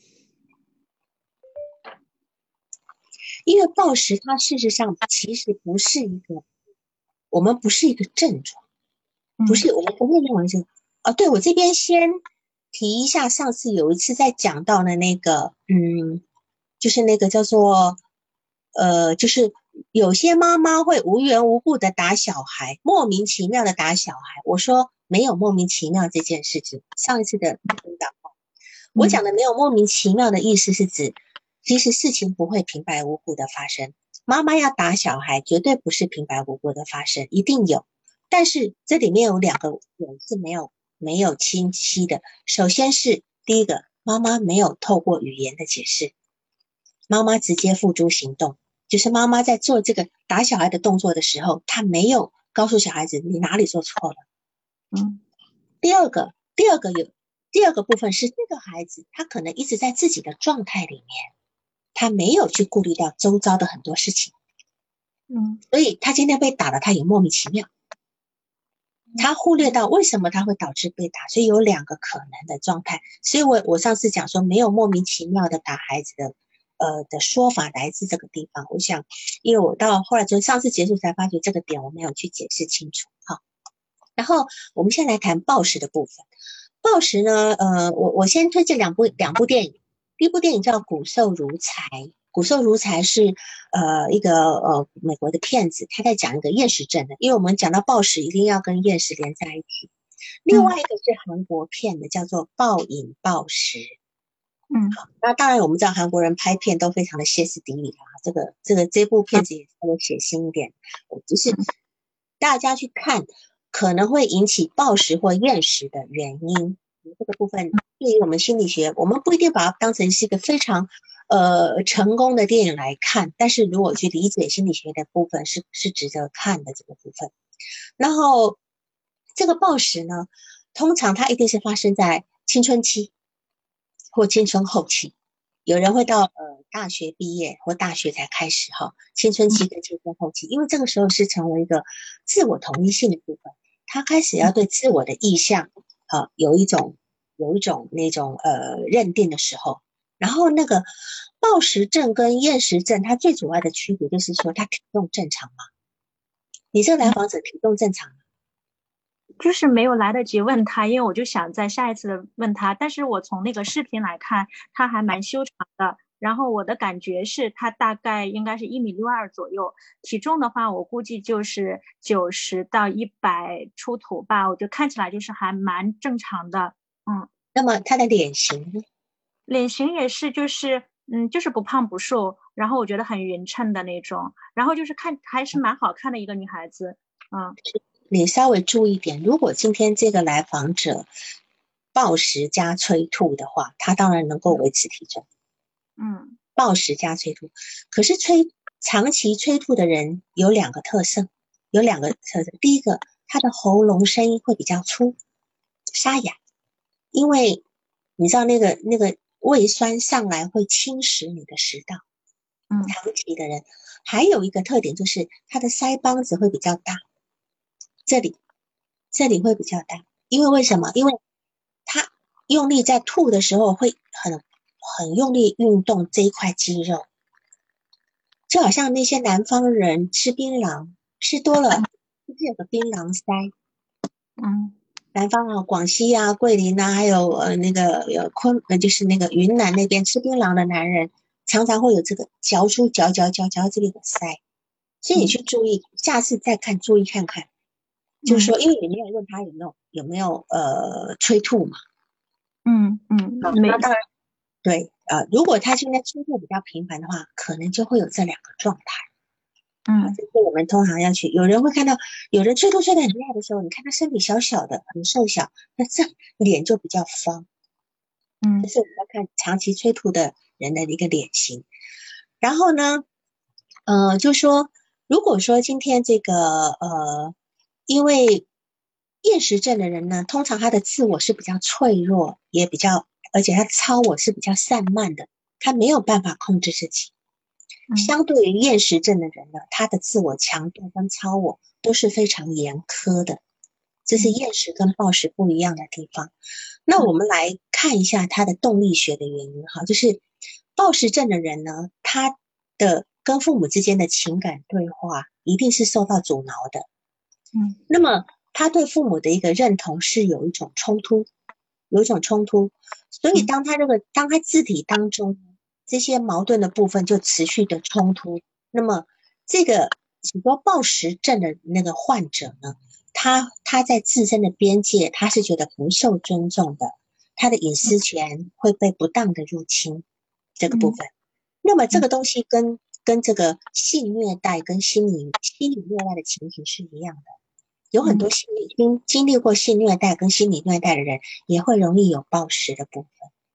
因为暴食它事实上其实不是一个，我们不是一个症状，不是我们不会认为是哦。对，我这边先提一下，上次有一次在讲到的那个，嗯，就是那个叫做呃，就是有些妈妈会无缘无故的打小孩，莫名其妙的打小孩。我说没有莫名其妙这件事情。上一次的分享，我讲的没有莫名其妙的意思是指，其实事情不会平白无故的发生。妈妈要打小孩，绝对不是平白无故的发生，一定有。但是这里面有两个点是没有没有清晰的。首先是第一个， 妈妈没有透过语言的解释，妈妈直接付诸行动，就是妈妈在做这个打小孩的动作的时候，她没有告诉小孩子你哪里做错了。 嗯， 第二个，第二个有第二个部分是这个孩子他可能一直在自己的状态里面，他没有去顾虑到周遭的很多事情， 嗯， 所以他今天被打了，他也莫名其妙。他忽略到为什么他会导致被打，所以有两个可能的状态。所以我我上次讲说没有莫名其妙的打孩子的呃的说法来自这个地方。我想因为我到后来就上次结束才发觉这个点我没有去解释清楚。好，然后我们先来谈暴食的部分。暴食呢呃我我先推荐两部两部电影。第一部电影叫骨瘦如柴，骨瘦如柴是呃一个呃美国的片子，他在讲一个厌食症的，因为我们讲到暴食一定要跟厌食连在一起。另外一个是韩国片的，叫做暴饮暴食。 嗯， 那当然我们知道韩国人拍片都非常的歇斯底里啊，这个这个这部片子也稍微血腥一点，就是大家去看可能会引起暴食或厌食的原因。这个部分对于我们心理学，我们不一定把它当成是一个非常呃成功的电影来看，但是如果去理解心理学的部分是是值得看的这个部分。然后这个暴食呢，通常它一定是发生在青春期或青春后期，有人会到呃大学毕业或大学才开始哈，青春期跟青春后期，因为这个时候是成为一个自我同一性的部分，他开始要对自我的意向啊有一种有一种那种呃认定的时候。然后那个暴食症跟厌食症，它最主要的区别就是说，他体重正常吗？你这个来访者体重正常吗？ 就是没有来得及问他，因为我就想在下一次问他。但是我从那个视频来看，他还蛮修长的。然后我的感觉是他大概应该是一米六二左右，体重的话我估计就是九十到一百出头吧。我觉得看起来就是还蛮正常的。嗯， 那么他的脸型呢？ 脸型也是，就是嗯，就是不胖不瘦，然后我觉得很匀称的那种，然后就是看还是蛮好看的一个女孩子。嗯， 你稍微注意点，如果今天这个来访者暴食加催吐的话，他当然能够维持体重。 嗯， 暴食加催吐，可是催长期催吐的人有两个特色，有两个特色。第一个，他的喉咙声音会比较粗，沙哑，因为你知道那个那个胃酸上来会侵蚀你的食道。 嗯， 长期的人还有一个特点就是他的腮帮子会比较大，这里这里会比较大，因为为什么？因为他用力在吐的时候会很很用力运动这一块肌肉，就好像那些南方人吃槟榔吃多了，就是有个槟榔腮。 嗯， 南方啊，广西啊、桂林啊，还有呃那个呃昆呃就是那个云南那边吃槟榔的男人，常常会有这个嚼出嚼嚼嚼嚼这里的腮，所以你去注意，下次再看注意看看，就是说，因为你没有问他有没有有没有呃催吐嘛。 嗯嗯， 好， 没， 那当然对，呃，如果他现在催吐比较频繁的话，可能就会有这两个状态。啊， 嗯这是我们通常要去。有人会看到，有人催吐催得很厉害的时候，你看他身体小小的，很瘦小，那这脸就比较方。 嗯这是我们要看长期催吐的人的一个脸型。然后呢，呃，就说如果说今天这个呃，因为厌食症的人呢，通常他的自我是比较脆弱，也比较，而且他的超我是比较散漫的，他没有办法控制自己。 嗯相对于厌食症的人呢，他的自我强度跟超我都是非常严苛的，这是厌食跟暴食不一样的地方。那我们来看一下他的动力学的原因哈，就是暴食症的人呢，他的跟父母之间的情感对话一定是受到阻挠的。 嗯那么他对父母的一个认同是有一种冲突，有一种冲突，所以当他这个当他字体当中这些矛盾的部分就持续的冲突，那么这个许多暴食症的那个患者呢，他他在自身的边界他是觉得不受尊重的，他的隐私权会被不当的入侵这个部分。那么这个东西跟跟这个性虐待跟心理心理虐待的情形是一样的。有很多心理经经历过性虐待跟心理虐待的人，也会容易有暴食的部分。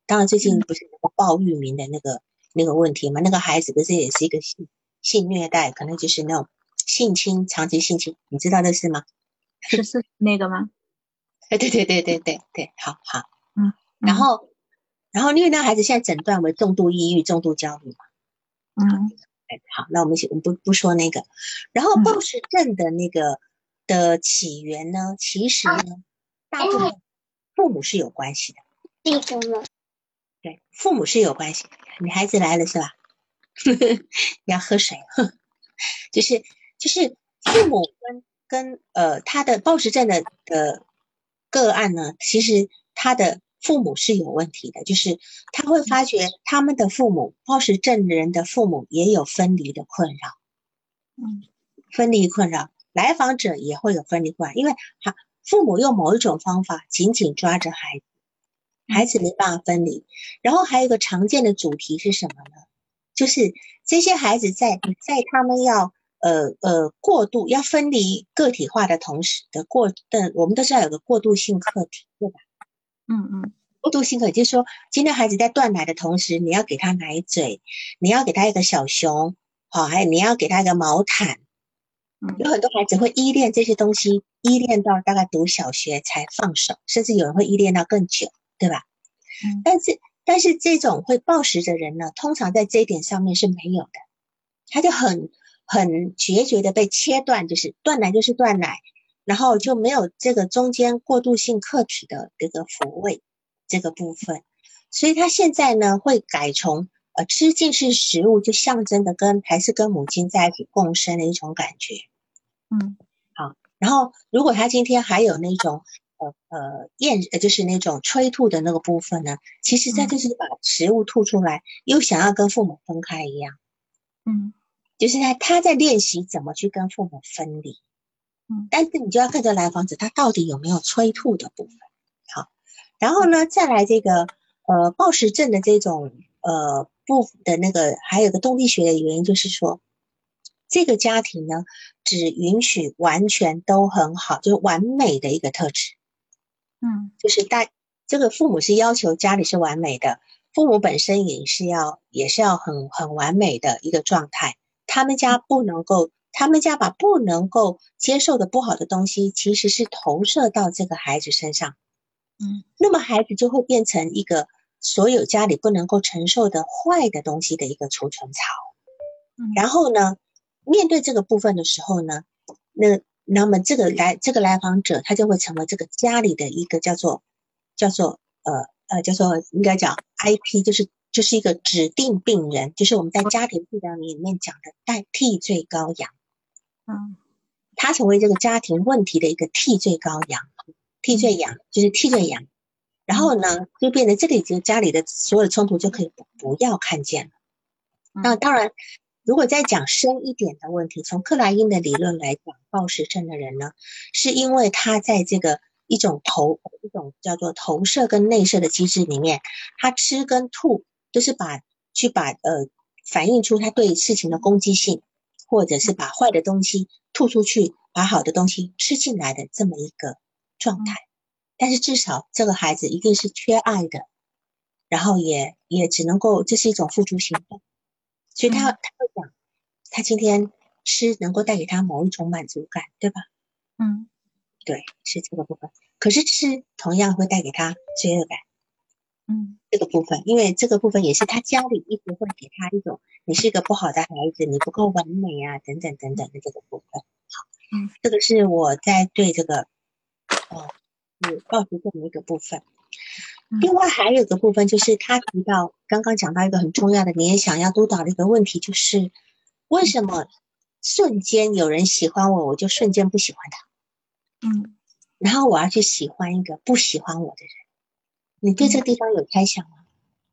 当然最近不是那个鲍玉明的那个那个问题嘛，那个孩子不是也是一个性性虐待，可能就是那种性侵，长期性侵，你知道这事吗？ 十四那个吗？ 对对对对对对对，好好。 嗯， 然后然后因为那个孩子现在诊断为重度抑郁、重度焦虑嘛。 嗯， 好，那我们我们不不说那个。然后暴食症的那个的起源呢，其实呢，大部分父母是有关系的。 这个吗？ 对，父母是有关系的。你孩子来了是吧？你要喝水。就是就是父母跟跟呃他的暴食症的的个案呢，其实他的父母是有问题的，就是他会发觉他们的父母，暴食症人的父母也有分离的困扰。 嗯， 分离困扰，来访者也会有分离困扰，因为他父母用某一种方法紧紧抓着孩子，孩子没办法分离。然后还有一个常见的主题是什么呢？就是这些孩子在在他们要呃呃过度要分离个体化的同时的过的，我们都知道有个过渡性课题，对吧？ 嗯嗯， 过渡性课题就是说，今天孩子在断奶的同时，你要给他奶嘴，你要给他一个小熊，好，还有你要给他一个毛毯。有很多孩子会依恋这些东西，依恋到大概读小学才放手，甚至有人会依恋到更久，对吧？ 嗯， 但是但是这种会暴食的人呢，通常在这一点上面是没有的，他就很很决绝的被切断，就是断奶就是断奶，然后就没有这个中间过渡性客体的这个抚慰这个部分，所以他现在呢会改从呃吃进式食物，就象征的跟还是跟母亲在一起共生的一种感觉。 嗯， 好，然后如果他今天还有那种呃呃咽呃就是那种催吐的那个部分呢，其实他就是把食物吐出来，又想要跟父母分开一样。 嗯， 就是他他在练习怎么去跟父母分离。 嗯， 但是你就要看这来访者他到底有没有催吐的部分。好，然后呢再来这个呃暴食症的这种呃部的那个还有个动力学的原因，就是说这个家庭呢只允许完全都很好，就是完美的一个特质。 嗯， 就是大这个父母是要求家里是完美的，父母本身也是要也是要很很完美的一个状态。他们家不能够，他们家把不能够接受的不好的东西，其实是投射到这个孩子身上。 嗯， 那么孩子就会变成一个所有家里不能够承受的坏的东西的一个储存槽。 嗯， 然后呢，面对这个部分的时候呢，那那么这个来这个来访者他就会成为这个家里的一个叫做叫做呃呃叫做应该讲 I P， 就是就是一个指定病人，就是我们在家庭治疗里面讲的代替罪羔羊。 嗯， 他成为这个家庭问题的一个替罪羔羊，替罪羊就是替罪羊。然后呢，就变成这里就家里的所有的冲突就可以不不要看见了。那当然，如果再讲深一点的问题，从克莱因的理论来讲，暴食症的人呢，是因为他在这个一种投一种叫做投射跟内射的机制里面，他吃跟吐都是把去把呃反映出他对事情的攻击性，或者是把坏的东西吐出去，把好的东西吃进来的这么一个状态。但是至少这个孩子一定是缺爱的，然后也也只能够这是一种付诸行动。所以他他会讲，他今天吃能够带给他某一种满足感，对吧？ 嗯， 对，是这个部分。可是吃同样会带给他罪恶感， 嗯， 这个部分，因为这个部分也是他家里一直会给他一种你是一个不好的孩子，你不够完美啊，等等等等的这个部分。好， 嗯， 这个是我在对这个呃是暴食症的一个部分。另外还有一个部分就是他提到刚刚讲到一个很重要的，你也想要督导的一个问题，就是为什么瞬间有人喜欢我，我就瞬间不喜欢他， 嗯， 然后我要去喜欢一个不喜欢我的人。你对这个地方有猜想吗？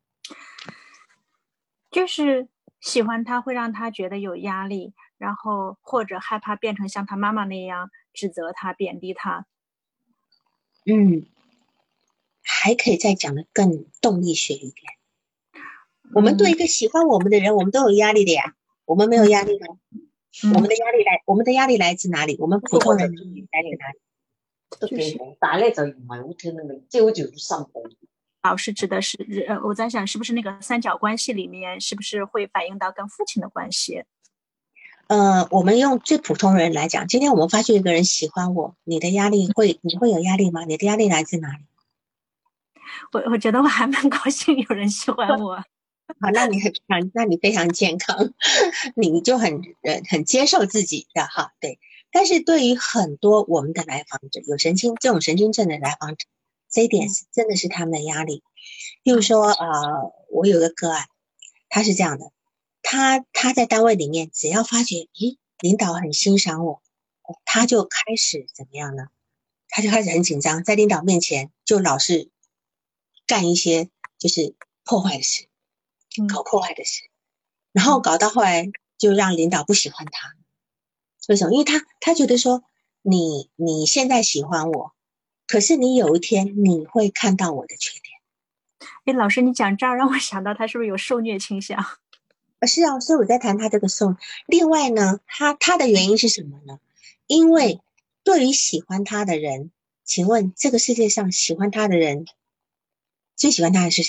就是喜欢他会让他觉得有压力，然后或者害怕变成像他妈妈那样指责他、贬低他。 嗯，还可以再讲的更动力学一点。我们对一个喜欢我们的人，我们都有压力的呀。我们没有压力吗？ 嗯、 我们的压力来，我们的压力来自哪里？我们普通人来自哪里？ 都幾好，但係咧就唔係好聽得明，即係好似好心抱。 老是指的是，呃，我在想是不是那个三角关系里面，是不是会反映到跟父亲的关系？ 呃，我们用最普通人来讲，今天我们发现一个人喜欢我，你的压力会，你会有压力吗？你的压力来自哪里？ 我我觉得我还蛮高兴有人喜欢我。 好，那你很常，那你非常健康，你就很呃很接受自己的哈，对。但是对于很多我们的来访者，有神经这种神经症的来访者，这一点是真的是他们的压力。例如说，呃，我有个个案，他是这样的，他他在单位里面，只要发觉，咦，领导很欣赏我，他就开始怎么样呢？他就开始很紧张，在领导面前就老是干一些就是破坏的事。搞破坏的事，然后搞到后来就让领导不喜欢他。为什么？因为他他觉得说你你现在喜欢我，可是你有一天你会看到我的缺点。 哎，老师，你讲这儿让我想到他是不是有受虐倾向？ 啊，是啊，所以我在谈他这个受。另外呢，他他的原因是什么呢？因为对于喜欢他的人，请问这个世界上喜欢他的人，最喜欢他的是谁？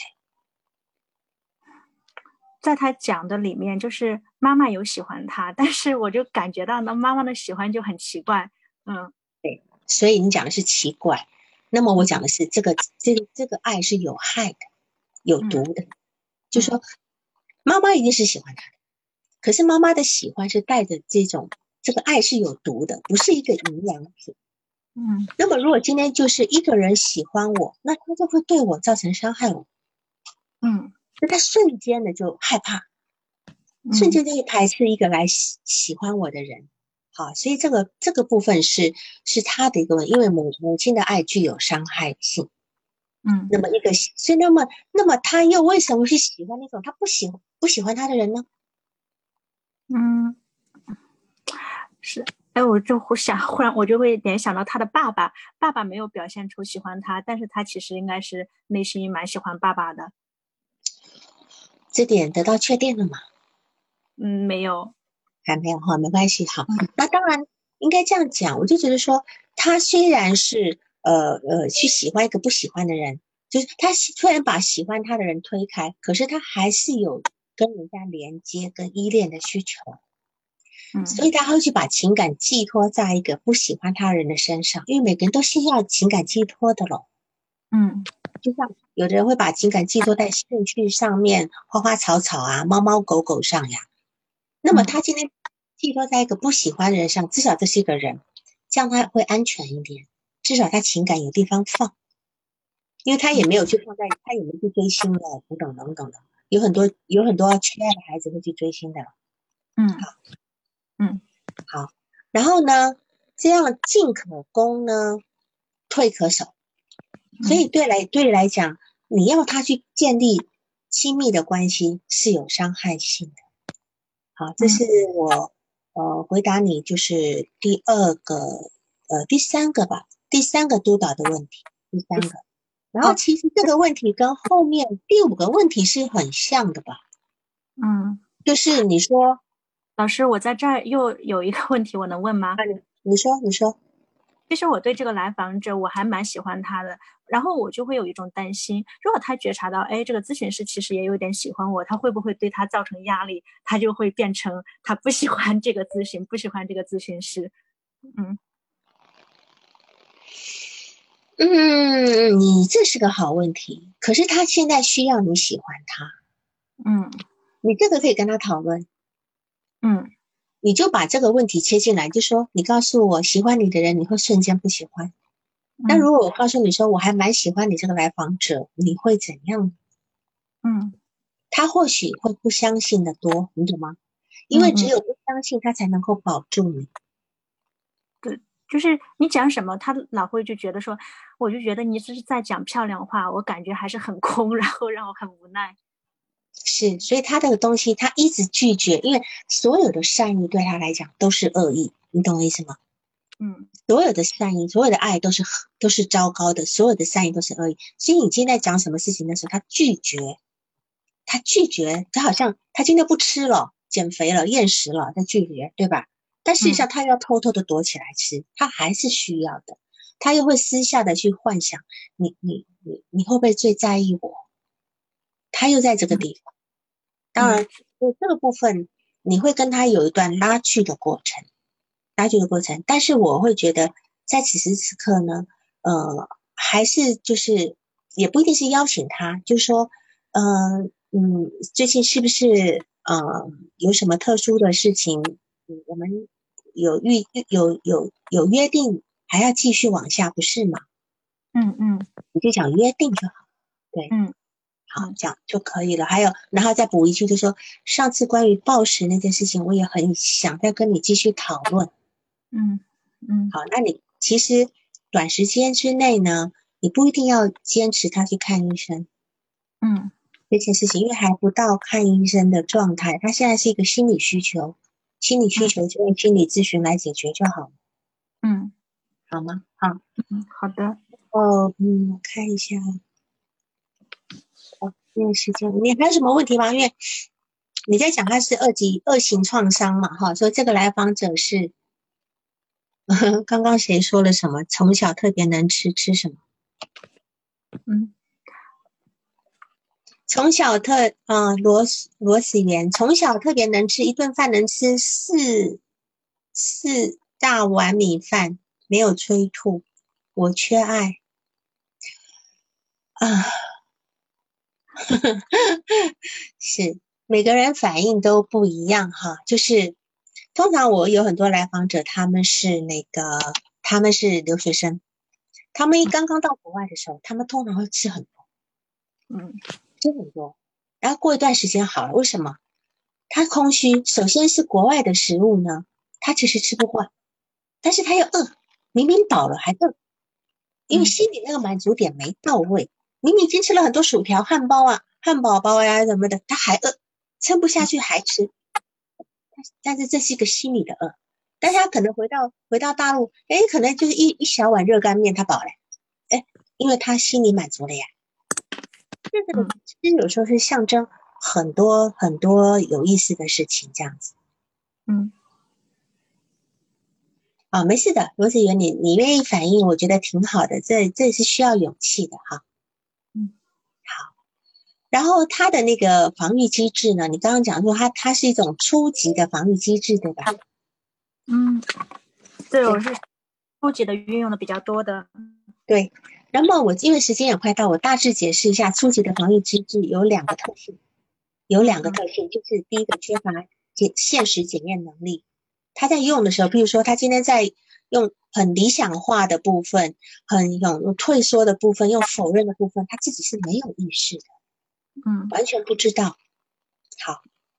在他讲的里面，就是妈妈有喜欢他，但是我就感觉到那妈妈的喜欢就很奇怪。嗯， 对，所以你讲的是奇怪，那么我讲的是这个这个这个爱是有害的，有毒的。嗯、就说妈妈一定是喜欢他的，可是妈妈的喜欢是带着这种这个爱是有毒的，不是一个营养品。 嗯， 那么如果今天就是一个人喜欢我，那他就会对我造成伤害我。 嗯， 那他瞬间的就害怕，瞬间就会排斥一个来喜喜欢我的人。好，所以这个这个部分是是他的一个问题，因为母母亲的爱具有伤害性。 嗯， 那么一个，所以那么那么他又为什么去喜欢那种他不喜欢不喜欢他的人呢？ 嗯，是。哎，我就忽想，忽然我就会联想到他的爸爸，爸爸没有表现出喜欢他，但是他其实应该是内心蛮喜欢爸爸的。 这点得到确定了吗？ 嗯，没有， 还没有哈，没关系。好，嗯、那当然应该这样讲。我就觉得说，他虽然是呃呃去喜欢一个不喜欢的人，就是他突然把喜欢他的人推开，可是他还是有跟人家连接跟依恋的需求。 嗯， 所以他会去把情感寄托在一个不喜欢他人的身上，因为每个人都需要情感寄托的咯。 嗯， 就像有的人会把情感寄托在兴趣上面，花花草草啊，猫猫狗狗上呀。那么他今天寄托在一个不喜欢的人上，至少这是一个人，这样他会安全一点，至少他情感有地方放，因为他也没有去放在，他也没去追星的，等等等等的，有很多有很多缺爱的孩子会去追星的。 嗯，好，嗯， 好，然后呢，这样进可攻呢，退可守，所以对来对来讲，你要他去建立亲密的关系是有伤害性的。好，这是我呃回答你就是第二个呃第三个吧，第三个督导的问题，第三个。然后其实这个问题跟后面第五个问题是很像的吧？ 嗯， 就是你说， 老师，我在这儿又有一个问题，我能问吗？ 啊、你你说你说。 其实我对这个来访者我还蛮喜欢他的，然后我就会有一种担心，如果他觉察到，哎，这个咨询师其实也有点喜欢我，他会不会对他造成压力？他就会变成他不喜欢这个咨询，不喜欢这个咨询师。嗯嗯，你这是个好问题，可是他现在需要你喜欢他， 嗯， 你这个可以跟他讨论。 嗯， 你就把这个问题切进来，就说你告诉我喜欢你的人，你会瞬间不喜欢。那如果我告诉你说我还蛮喜欢你这个来访者，你会怎样？ 嗯， 他或许会不相信的多，你懂吗？因为只有不相信，他才能够保住你。 对，就是你讲什么，他老会就觉得说，我就觉得你是在讲漂亮话，我感觉还是很空，然后让我很无奈。 是，所以他这个东西他一直拒绝，因为所有的善意对他来讲都是恶意，你懂我意思吗？ 嗯， 所有的善意，所有的爱都是都是糟糕的，所有的善意都是恶意。所以你今天在讲什么事情的时候，他拒绝，他拒绝，他好像他今天不吃了，减肥了，厌食了，他拒绝，对吧？但事实上他要偷偷的躲起来吃，他还是需要的。他又会私下的去幻想，你你你你会不会最在意我？他又在这个地方，当然，就这个部分你会跟他有一段拉锯的过程，拉锯的过程。但是我会觉得，在此时此刻呢，呃，还是就是也不一定是邀请他，就是说，嗯、呃、嗯，最近是不是呃有什么特殊的事情？嗯，我们有预有有有约定，还要继续往下，不是吗？ 嗯嗯， 你就讲约定就好，对。 嗯好，这样就可以了。还有，然后再补一句，就说上次关于暴食那件事情，我也很想再跟你继续讨论。 嗯嗯， 好，那你其实短时间之内呢，你不一定要坚持他去看医生。 嗯， 这件事情，因为还不到看医生的状态，他现在是一个心理需求，心理需求就用心理咨询来解决就好了， 嗯好吗？好， 嗯，好的。 哦，嗯，我看一下。因为时间，你还有什么问题吗？因为你在讲他是二级二型创伤嘛，哈，所以这个来访者是刚刚谁说了什么？从小特别能吃，吃什么？ 嗯， 从小特啊、呃、罗罗子源从小特别能吃，一顿饭能吃四四大碗米饭，没有催吐。我缺爱啊。是每个人反应都不一样哈，就是通常我有很多来访者，他们是那个他们是留学生，他们一刚刚到国外的时候，他们通常会吃很多， 嗯， 吃很多，然后过一段时间好了，为什么？他空虚，首先是国外的食物呢，他其实吃不惯，但是他又饿，明明饱了还饿，因为心里那个满足点没到位，明明已经吃了很多薯条、汉堡啊、汉堡包呀什么的，他还饿，撑不下去还吃，但是这是一个心理的饿。但是他可能回到回到大陆，哎，可能就是一一小碗热干面，他饱了，哎，因为他心里满足了呀。这个其实有时候是象征很多很多有意思的事情，这样子。 嗯， 啊，没事的，罗子源，你你愿意反应，我觉得挺好的，这这是需要勇气的哈。 嗯， 好。然后他的那个防御机制呢，你刚刚讲说他他是一种初级的防御机制，对吧？ 嗯，对，我是初级的运用的比较多的。 对。那么我因为时间也快到，我大致解释一下初级的防御机制有两个特性，有两个特性，就是第一个缺乏检现实检验能力。他在用的时候，比如说他今天在用很理想化的部分，很有退缩的部分，用否认的部分，他自己是没有意识的， 嗯， 完全不知道。好，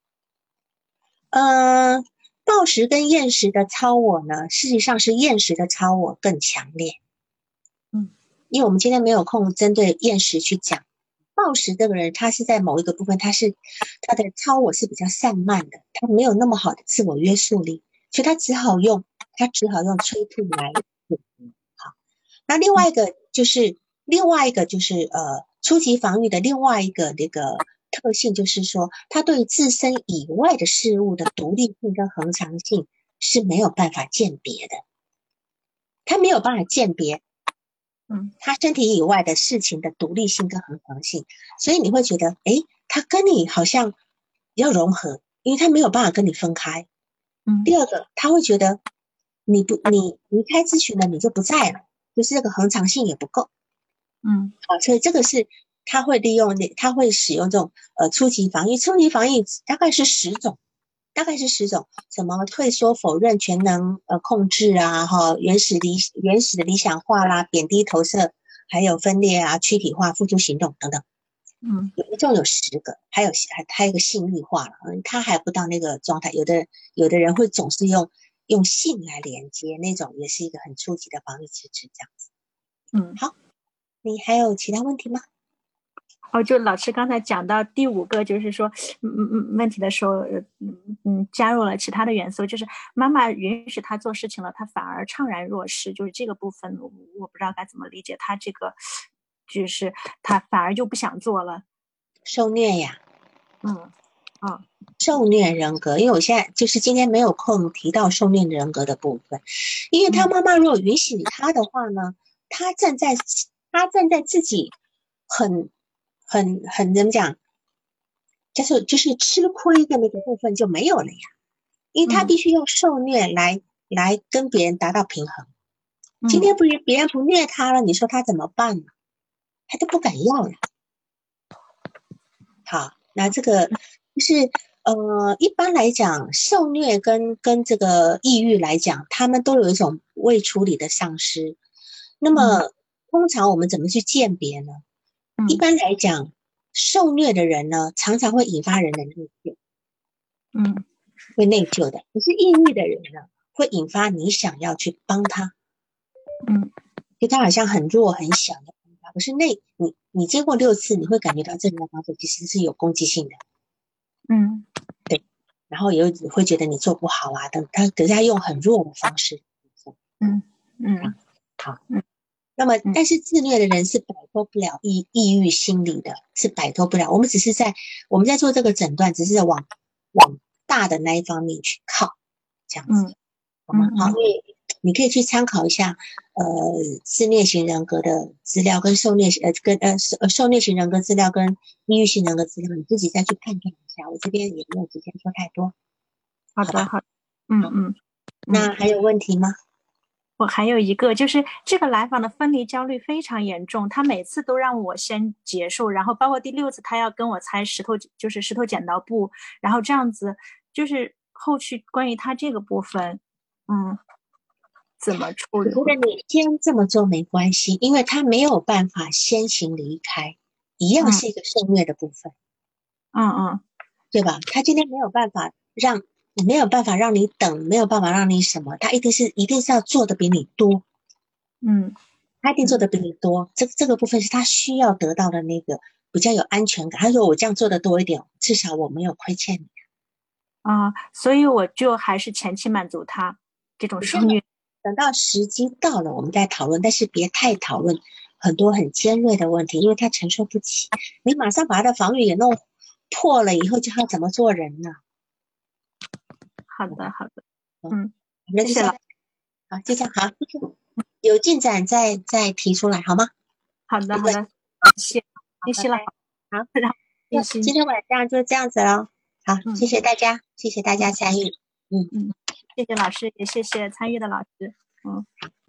呃，暴食跟厌食的超我呢，事实上是厌食的超我更强烈。 嗯， 因为我们今天没有空针对厌食去讲。暴食这个人，他是在某一个部分，他是他的超我是比较散漫的，他没有那么好的自我约束力，所以他只好用他只好用催吐来。好，那另外一个就是另外一个就是呃初级防御的另外一个那个特性，就是说他对自身以外的事物的独立性跟恒常性是没有办法鉴别的，他没有办法鉴别。 嗯， 他身体以外的事情的独立性跟恒常性，所以你会觉得，诶，他跟你好像要融合，因为他没有办法跟你分开。 嗯， 第二个，他会觉得你不你离开咨询了，你就不在了，就是这个恒常性也不够。 嗯， 好，所以这个是他会利用那他会使用这种呃初级防御，初级防御大概是十种。大概是十种，什么退缩、否认、全能呃控制啊，哈，原始理原始的理想化啦，贬低投射，还有分裂啊、躯体化、付诸行动等等。 嗯， 有一共有十个，还有还还有一个性欲化了，嗯，他还不到那个状态。有的有的人会总是用用性来连接，那种也是一个很初级的防御机制，这样子。 嗯， 好，你还有其他问题吗？ 哦，就老师刚才讲到第五个，就是说，嗯嗯嗯，问题的时候，嗯嗯，加入了其他的元素，就是妈妈允许他做事情了，他反而怅然若失，就是这个部分，我我不知道该怎么理解他这个，就是他反而就不想做了。 受虐呀， 嗯，啊， 受虐人格，因为我现在就是今天没有空提到受虐人格的部分，因为他妈妈如果允许他的话呢，他站在他站在自己很很很怎么讲，就是就是吃亏的那个部分就没有了呀，因为他必须用受虐来、嗯、来跟别人达到平衡。今天不别人不虐他了，你说他怎么办呢？他都不敢要了。好，那这个就是呃，一般来讲，受虐跟跟这个抑郁来讲，他们都有一种未处理的丧失。那么、嗯、通常我们怎么去鉴别呢？嗯、一般来讲，受虐的人呢，常常会引发人的内疚，嗯，会内疚的。可是抑郁的人呢，会引发你想要去帮他，嗯，就他好像很弱很小的。可是那你你接过六次，你会感觉到这个方式其实是有攻击性的，嗯，对，然后也会觉得你做不好啊等，他可是他用很弱的方式，嗯嗯，好，嗯，那么但是自虐的人是摆脱不了抑抑郁心理的，是摆脱不了。我们只是在我们在做这个诊断，只是在往往大的那一方面去靠，这样子，好吗？好，因为你可以去参考一下，呃，自虐型人格的资料跟受虐呃跟呃受受虐型人格资料跟抑郁型人格资料，你自己再去判断一下。我这边也没有时间说太多。 好的，好，嗯嗯。 那还有问题吗？ 我还有一个，就是这个来访的分离焦虑非常严重，他每次都让我先结束，然后包括第六次他要跟我猜石头，就是石头剪刀布，然后这样子，就是后续关于他这个部分，嗯。怎么处理？ 我觉得你先这么做没关系，因为他没有办法先行离开，一样是一个受虐的部分。 嗯嗯， 对吧？他今天没有办法让没有办法让你等，没有办法让你什么，他一定是一定是要做的比你多。嗯，他一定做的比你多，这这个部分是他需要得到的那个比较有安全感。他说我这样做的多一点，至少我没有亏欠你。 啊、嗯，所以我就还是前期满足他这种受虐。 等到时机到了，我们再讨论，但是别太讨论很多很尖锐的问题，因为他承受不起。你马上把他的防御也弄破了以后，叫他怎么做人呢？ 好的，好的，嗯， 谢谢了。好，就这样，好，有进展再再提出来好吗？ 好的，好的，谢谢谢了， 好，那今天晚上就这样子了。好，嗯、谢谢大家，谢谢大家参与。嗯嗯，谢谢老师，也谢谢参与的老师。嗯。